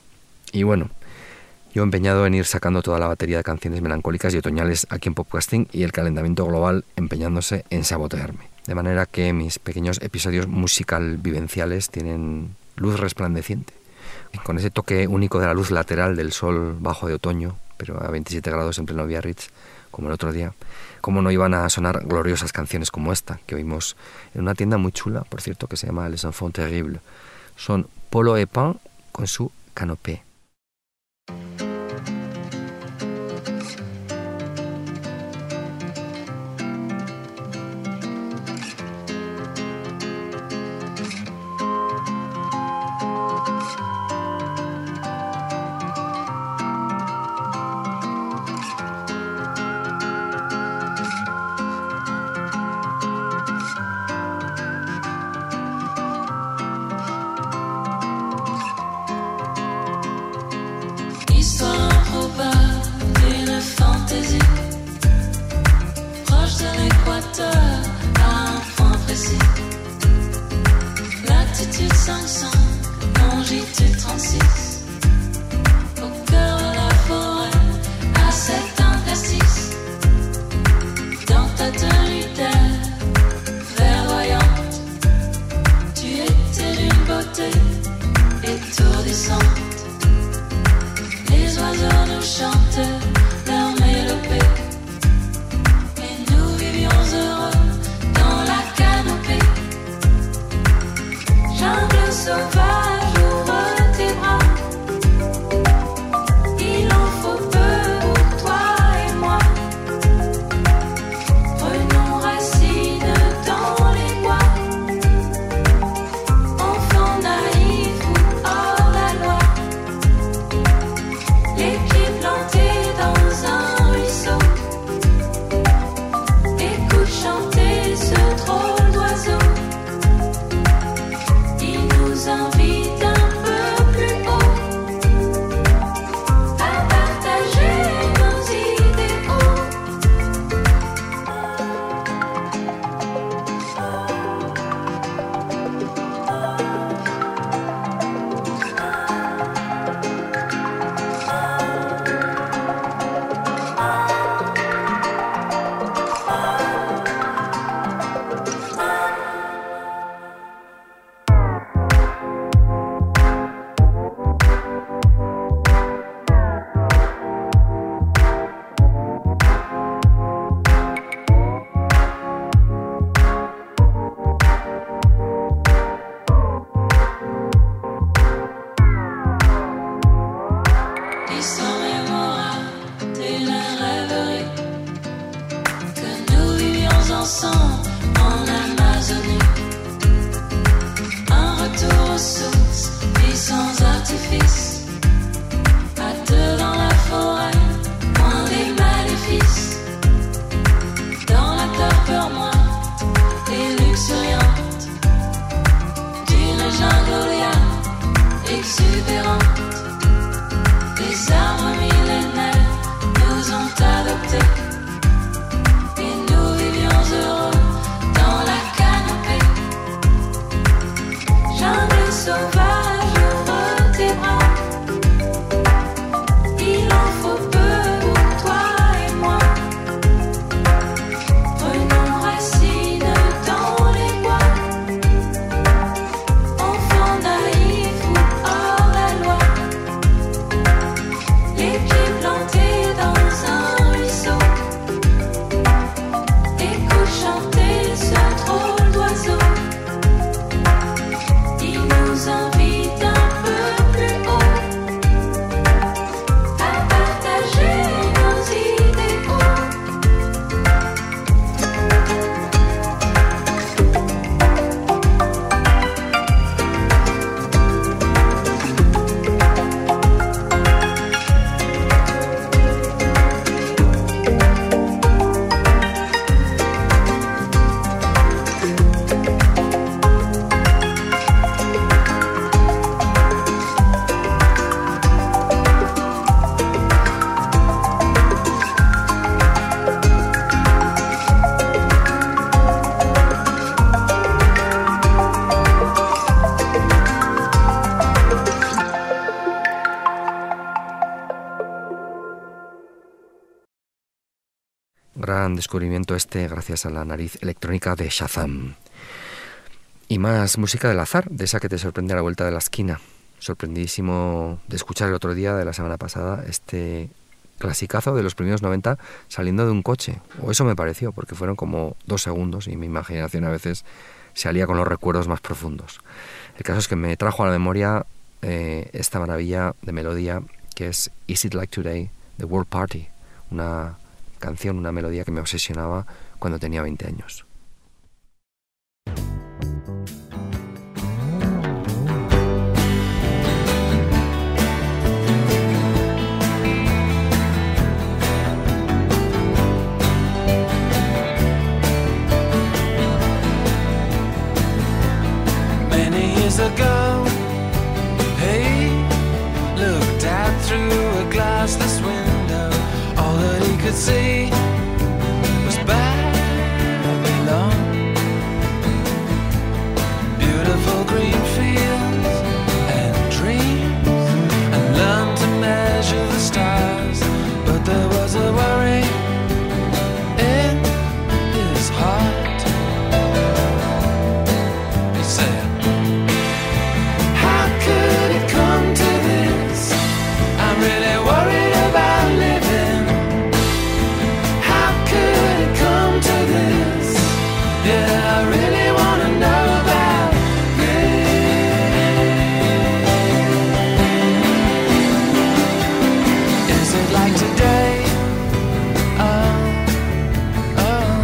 Y bueno, yo empeñado en ir sacando toda la batería de canciones melancólicas y otoñales aquí en Popcasting, y el calentamiento global empeñándose en sabotearme. De manera que mis pequeños episodios musical vivenciales tienen luz resplandeciente, con ese toque único de la luz lateral del sol bajo de otoño, pero a veintisiete grados en pleno Biarritz, como el otro día. Cómo no iban a sonar gloriosas canciones como esta, que oímos en una tienda muy chula, por cierto, que se llama Les Enfants Terribles. Son Polo et Pan con su Canopé. Sauvage, ouvre tes bras. Gran descubrimiento este gracias a la nariz electrónica de Shazam. Y más música del azar, de esa que te sorprende a la vuelta de la esquina. Sorprendidísimo de escuchar el otro día de la semana pasada este clasicazo de los primeros noventa saliendo de un coche. O eso me pareció, porque fueron como dos segundos y mi imaginación a veces se alía con los recuerdos más profundos. El caso es que me trajo a la memoria eh, esta maravilla de melodía que es Is It Like Today, The World Party, una canción, una melodía que me obsesionaba cuando tenía veinte años. Ago, he looked out through a glassless window. All that he could see was Babylon. Beautiful green fields and dreams, and learned to measure the stars. But there was a worry in his heart. He said, really worried about living. How could it come to this? Yeah, I really want to know about this. Is it like today? Oh, oh.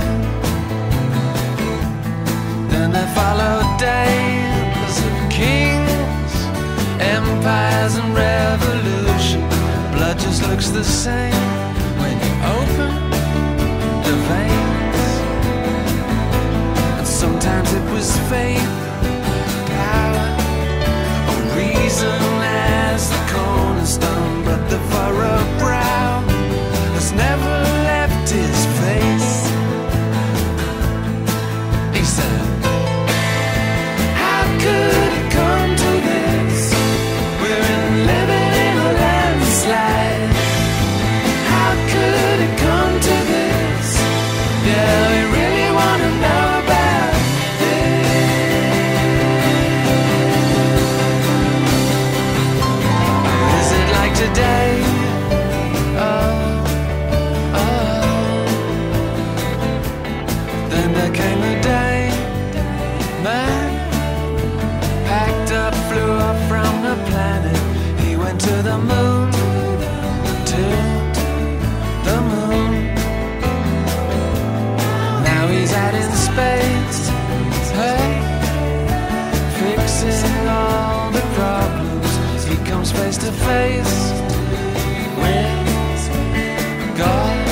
Then there followed days of kings, empires and revolutions. Blood just looks the same when you open the veins. And sometimes it was faith, power, or reason as the cornerstone. But the furrowed brow has never left his face. He said, how could it come to this? We're in living in a landslide. How could it come to this? Yeah, we really want to know about this. Is it like today? Oh, oh. Then there came a day, man packed up, flew up from the planet. He went to the moon, to the moon. Now he's out in space, hey, fixing all the problems. He comes face to face with God.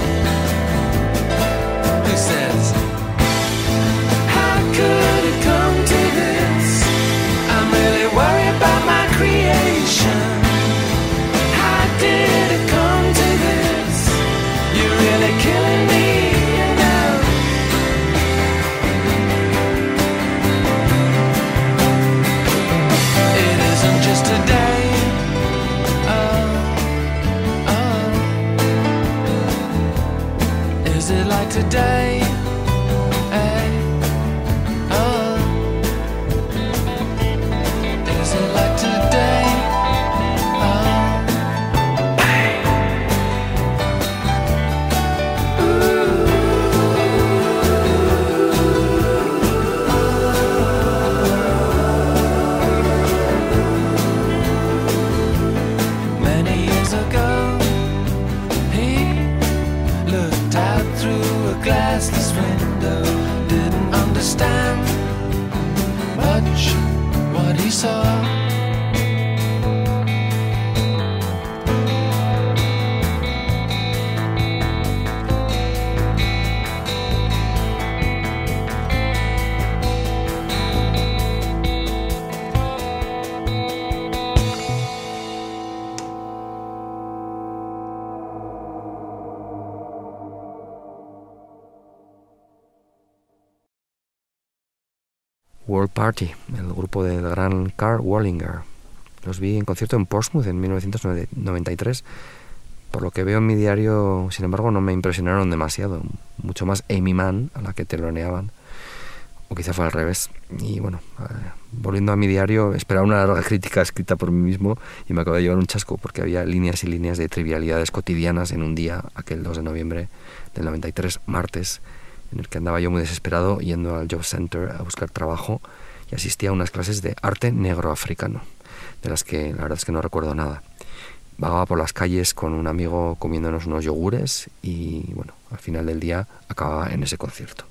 He says, how could it come to this? I'm really worried about my creation. How did it come to this? You're really killing me, you know. It isn't just a day. Oh, oh. Is it like today? Hey, oh. Is it like today? Glassless window, didn't understand much what he saw. World Party, el grupo del gran Karl Wallinger. Los vi en concierto en Portsmouth en mil novecientos noventa y tres. Por lo que veo en mi diario, sin embargo, no me impresionaron demasiado. Mucho más Amy Mann, a la que teloneaban. O quizá fue al revés. Y bueno, eh, volviendo a mi diario, esperaba una larga crítica escrita por mí mismo y me acabo de llevar un chasco porque había líneas y líneas de trivialidades cotidianas en un día, aquel dos de noviembre del noventa y tres, martes, en el que andaba yo muy desesperado yendo al Job Center a buscar trabajo y asistía a unas clases de arte negro africano, de las que la verdad es que no recuerdo nada. Vagaba por las calles con un amigo comiéndonos unos yogures y bueno, al final del día acababa en ese concierto.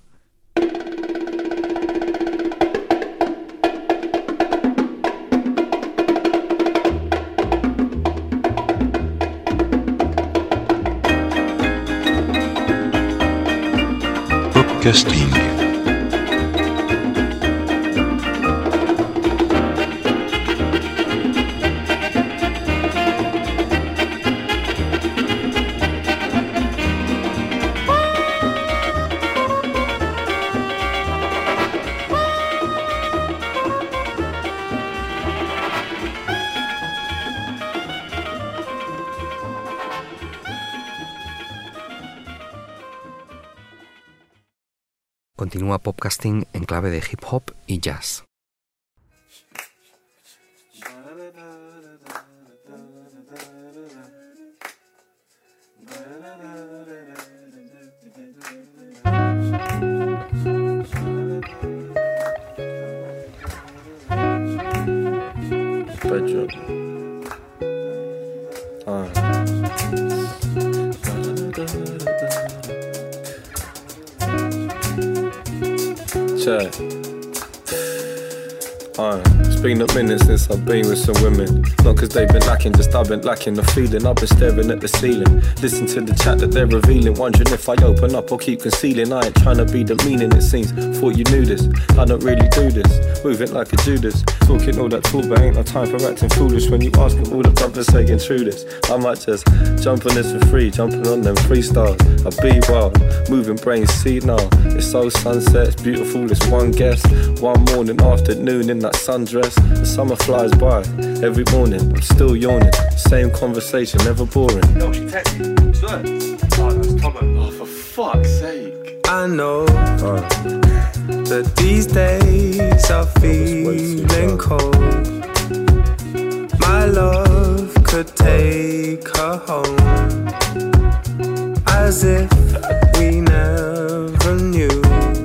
Podcasting. Continúa Popcasting en clave de hip hop y jazz. Bedroom. Ah. Check. Uh, it's been a minute since I've been with some women. Not cause they've been lacking, just I've been lacking the feeling. I've been staring at the ceiling, listen to the chat that they're revealing. Wondering if I open up or keep concealing. I ain't trying to be the meaning, it seems. Thought you knew this, I don't really do this. Moving like a Judas, talking all that talk, but ain't no time for acting foolish. When you ask all the brothers saying true this, I might just jump on this for free, jumping on them freestyles. I be wild, moving brains, see now. It's so sunset, it's beautiful, it's one guess. One morning, afternoon in that sundress. The summer flies by, every morning I'm still yawning. Same conversation, never boring. No, she texted me. Swear. Oh, that's Tomo. Oh, for fuck's sake. I know uh. that these days are feeling cold. My love could take her home, as if we never knew.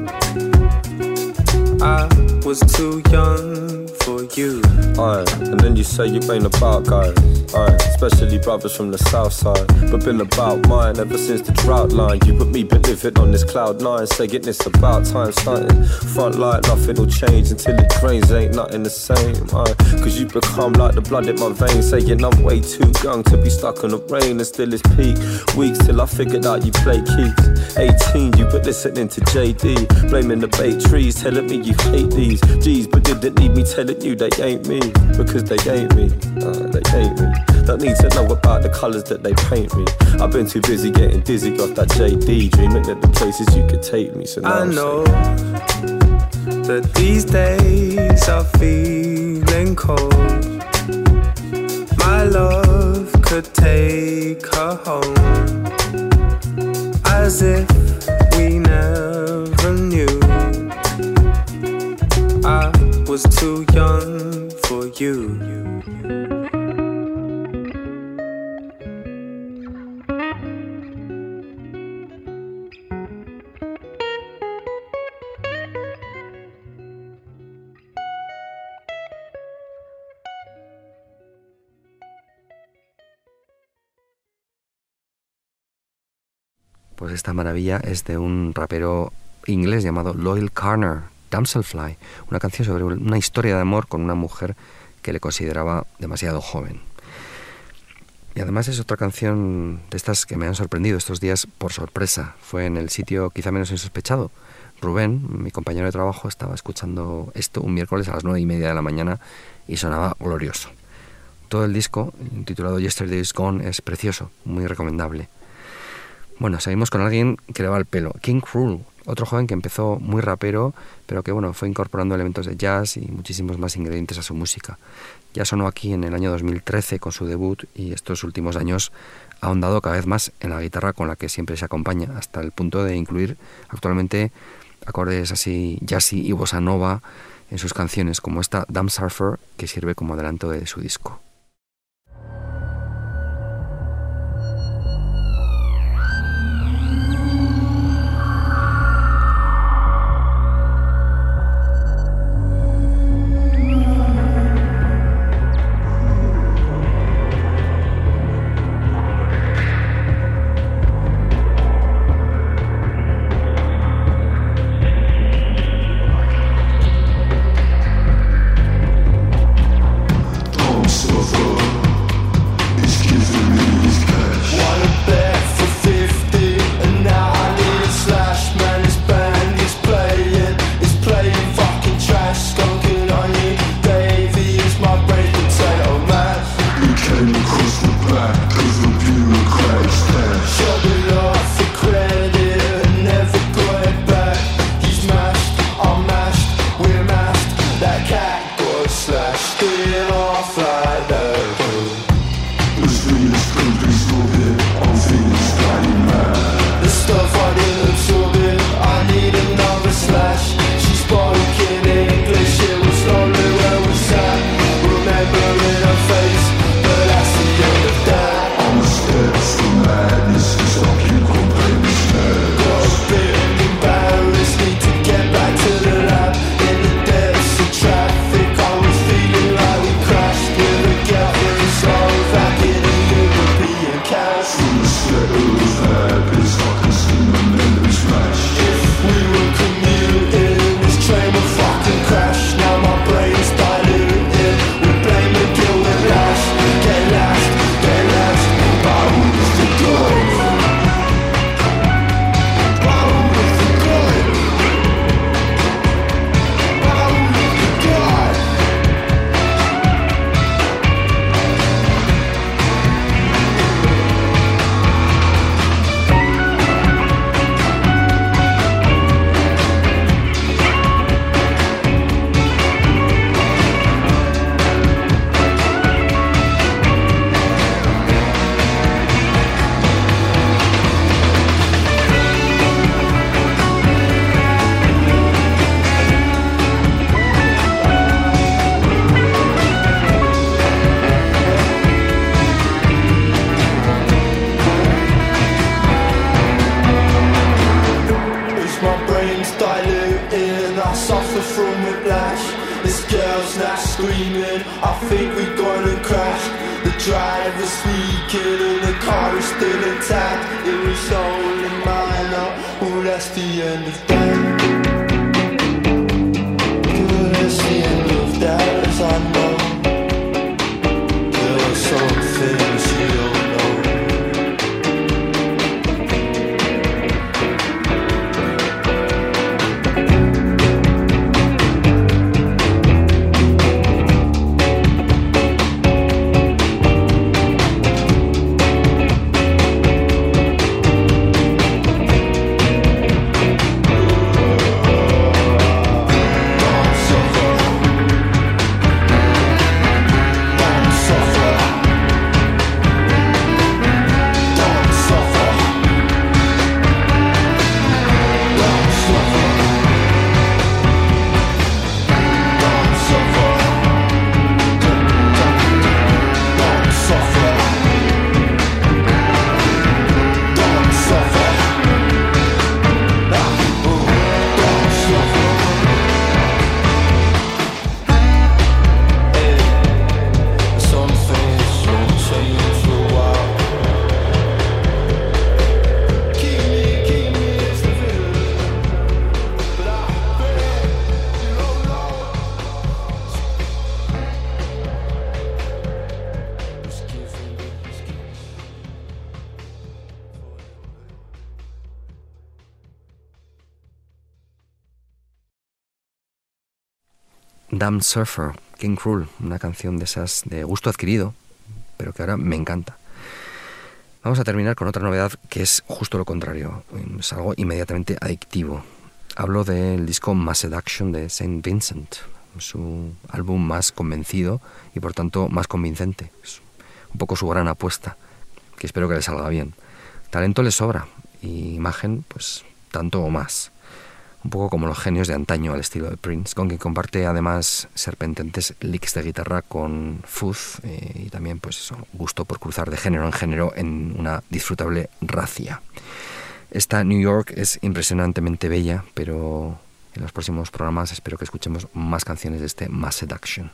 I was too young for you. Aye, and then you say you ain't about guys. Aye, especially brothers from the south side. But been about mine ever since the drought line. You and me been living on this cloud nine, saying it's about time starting. Front light, nothing'll change until it drains, ain't nothing the same. Aye, cause you become like the blood in my veins, saying I'm way too young to be stuck on the rain and still it's peak. Weeks till I figured out you play keys. eighteen, you were listening to J D, blaming the bait trees, telling me you hate these G's, but didn't need me telling you they ain't me, because they ain't me, uh, they ain't me. Don't need to know about the colours that they paint me. I've been too busy getting dizzy off that J D, dreaming of the places you could take me. So now I I'm know saying that these days are feeling cold. My love could take her home, as if we never knew. I was too young for you. Pues esta maravilla es de un rapero inglés llamado Loyle Carner, Damselfly, una canción sobre una historia de amor con una mujer que le consideraba demasiado joven. Y además es otra canción de estas que me han sorprendido estos días por sorpresa. Fue en el sitio quizá menos insospechado. Rubén, mi compañero de trabajo, estaba escuchando esto un miércoles a las nueve y media de la mañana y sonaba glorioso. Todo el disco, titulado Yesterday Is Gone, es precioso, muy recomendable. Bueno, seguimos con alguien que le va al pelo. King Krule, otro joven que empezó muy rapero, pero que bueno, fue incorporando elementos de jazz y muchísimos más ingredientes a su música. Ya sonó aquí en el año dos mil trece con su debut y estos últimos años ha ahondado cada vez más en la guitarra con la que siempre se acompaña, hasta el punto de incluir actualmente acordes así jazzy y bossa nova en sus canciones, como esta Dumb Surfer, que sirve como adelanto de su disco. Dumb Surfer, King Krul, una canción de esas de gusto adquirido, pero que ahora me encanta. Vamos a terminar con otra novedad que es justo lo contrario, es algo inmediatamente adictivo. Hablo del disco Mass Seduction de Saint Vincent, su álbum más convencido y por tanto más convincente. Es un poco su gran apuesta, que espero que le salga bien. Talento le sobra y imagen, pues tanto o más. Un poco como los genios de antaño al estilo de Prince, con quien comparte además serpententes licks de guitarra con fuzz eh, y también pues eso, gusto por cruzar de género en género en una disfrutable racia. Esta New York es impresionantemente bella, pero en los próximos programas espero que escuchemos más canciones de este Mass Seduction.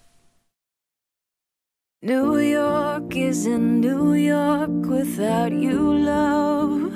New York isn't New York without you, love.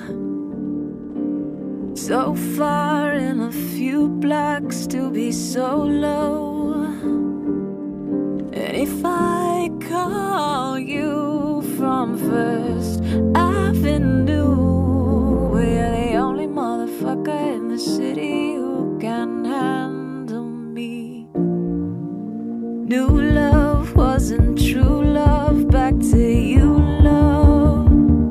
So far in a few blocks to be so low. And if I call you from First Avenue, we're the only motherfucker in the city who can handle me. New love wasn't true love, back to you, love.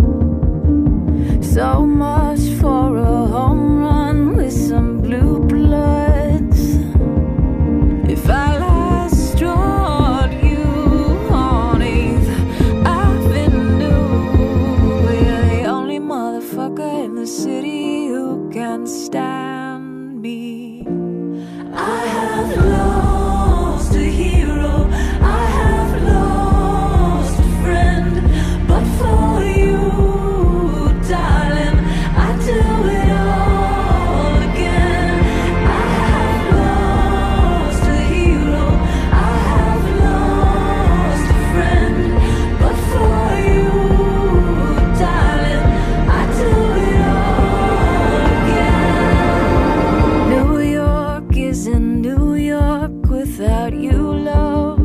So much for a home run with some blue bloods. If I last drawed you on eighth Avenue, we're the only motherfucker in the city who can stand me. I have lost a hero, I have lost a friend, but for you, darling, I do it all again. I have lost a hero, I have lost a friend, but for you, darling, I do it all again. New York isn't New York without you, love.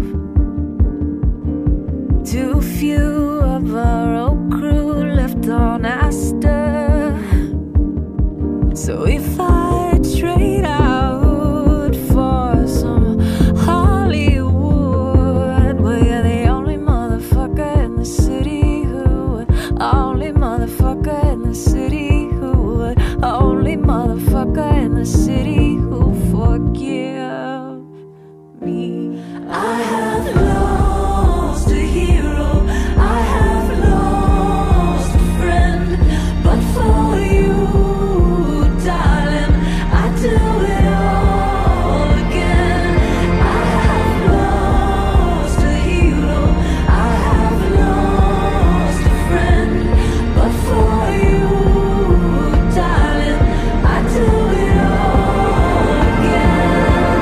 Too few of our old crew left on Astor. So if I trade out for some Hollywood, well, you're the only motherfucker in the city who would, only motherfucker in the city who would, only motherfucker in the city who forgive me. I have lost a hero, I have lost a friend, but for you, darling, I do it all again. I have lost a hero, I have lost a friend, but for you, darling, I do it all again.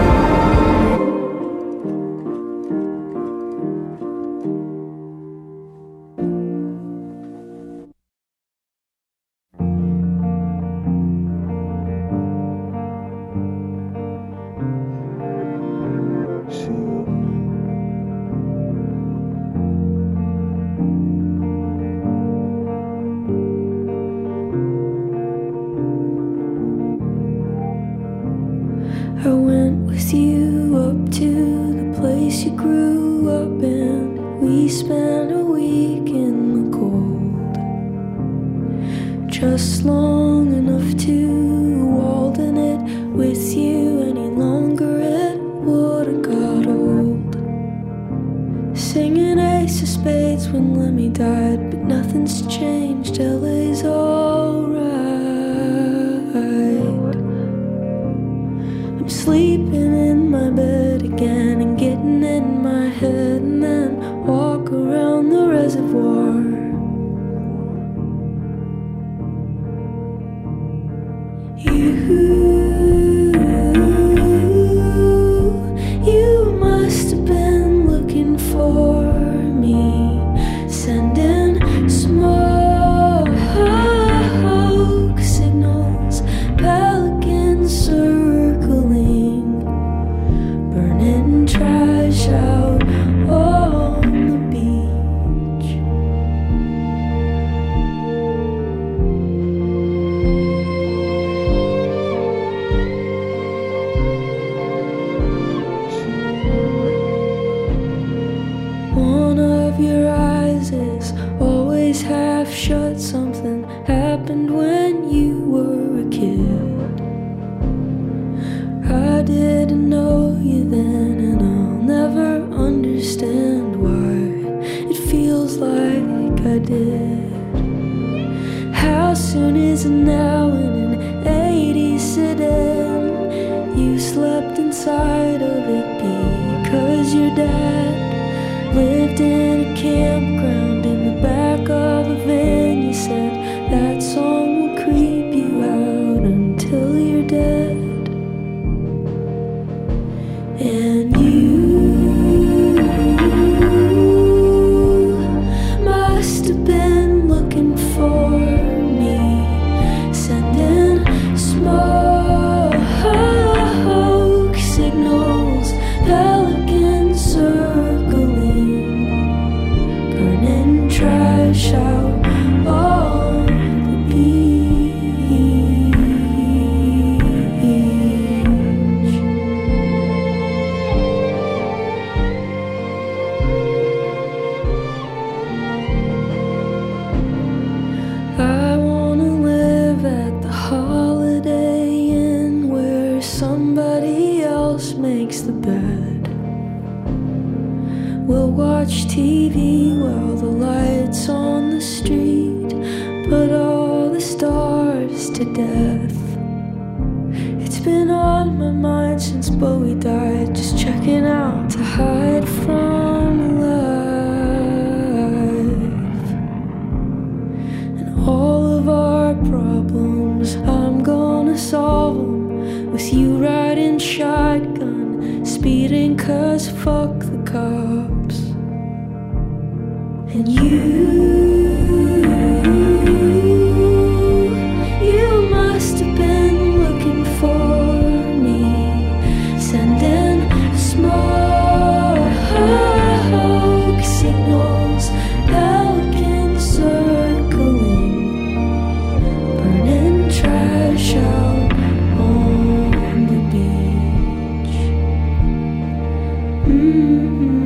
I went with you up to the place you grew up in. We spent a week in the cold, just long enough to waltz in it with you. Any longer it would've got old. Singing Ace of Spades when Lemmy died, but nothing's changed, L A's alright. I'm sleeping in my bed again and getting in my head, and then walk around the reservoir. You, you must have been looking for me, sending smoke signals, pelicans circling, burning trash out on the beach. One of your eyes is always half shut. Something happened when you were a kid. didn't know you then, and I'll never understand why it feels like I did. How soon is it now in an eighties sedan? You slept inside of it because your dad lived in a campground in the back of a van. You said that song will creep you out until you're dead. And you must have been looking for me, sending smoke signals, pelicans circling, burning trash out on the beach. I wanna live at the Holiday Inn where somebody else makes the bed. We'll watch T V while the lights on the street put all the stars to death. It's been on my mind since Bowie died, just checking out to hide from life. And all of our problems, I'm gonna solve them with you riding shotgun, speeding cause fuck the cops. And you, you must have been looking for me, sending smoke signals, pelicans circling, burning trash out on the beach. Mm-hmm.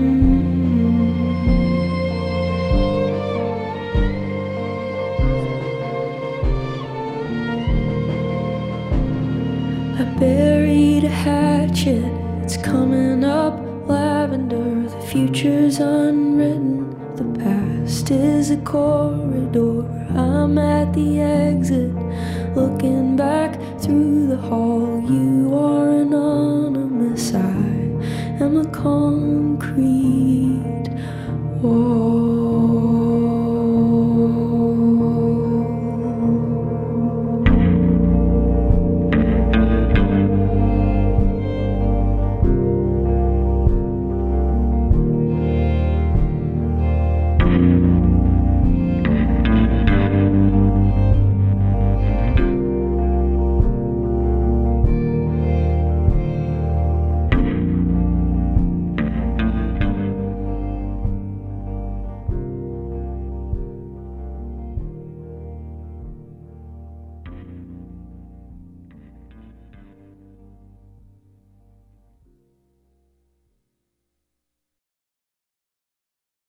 I buried a hatchet, it's coming up lavender. The future's unwritten, the past is a corridor. I'm at the exit, looking back through the hall. You are anonymous, I am a concrete wall.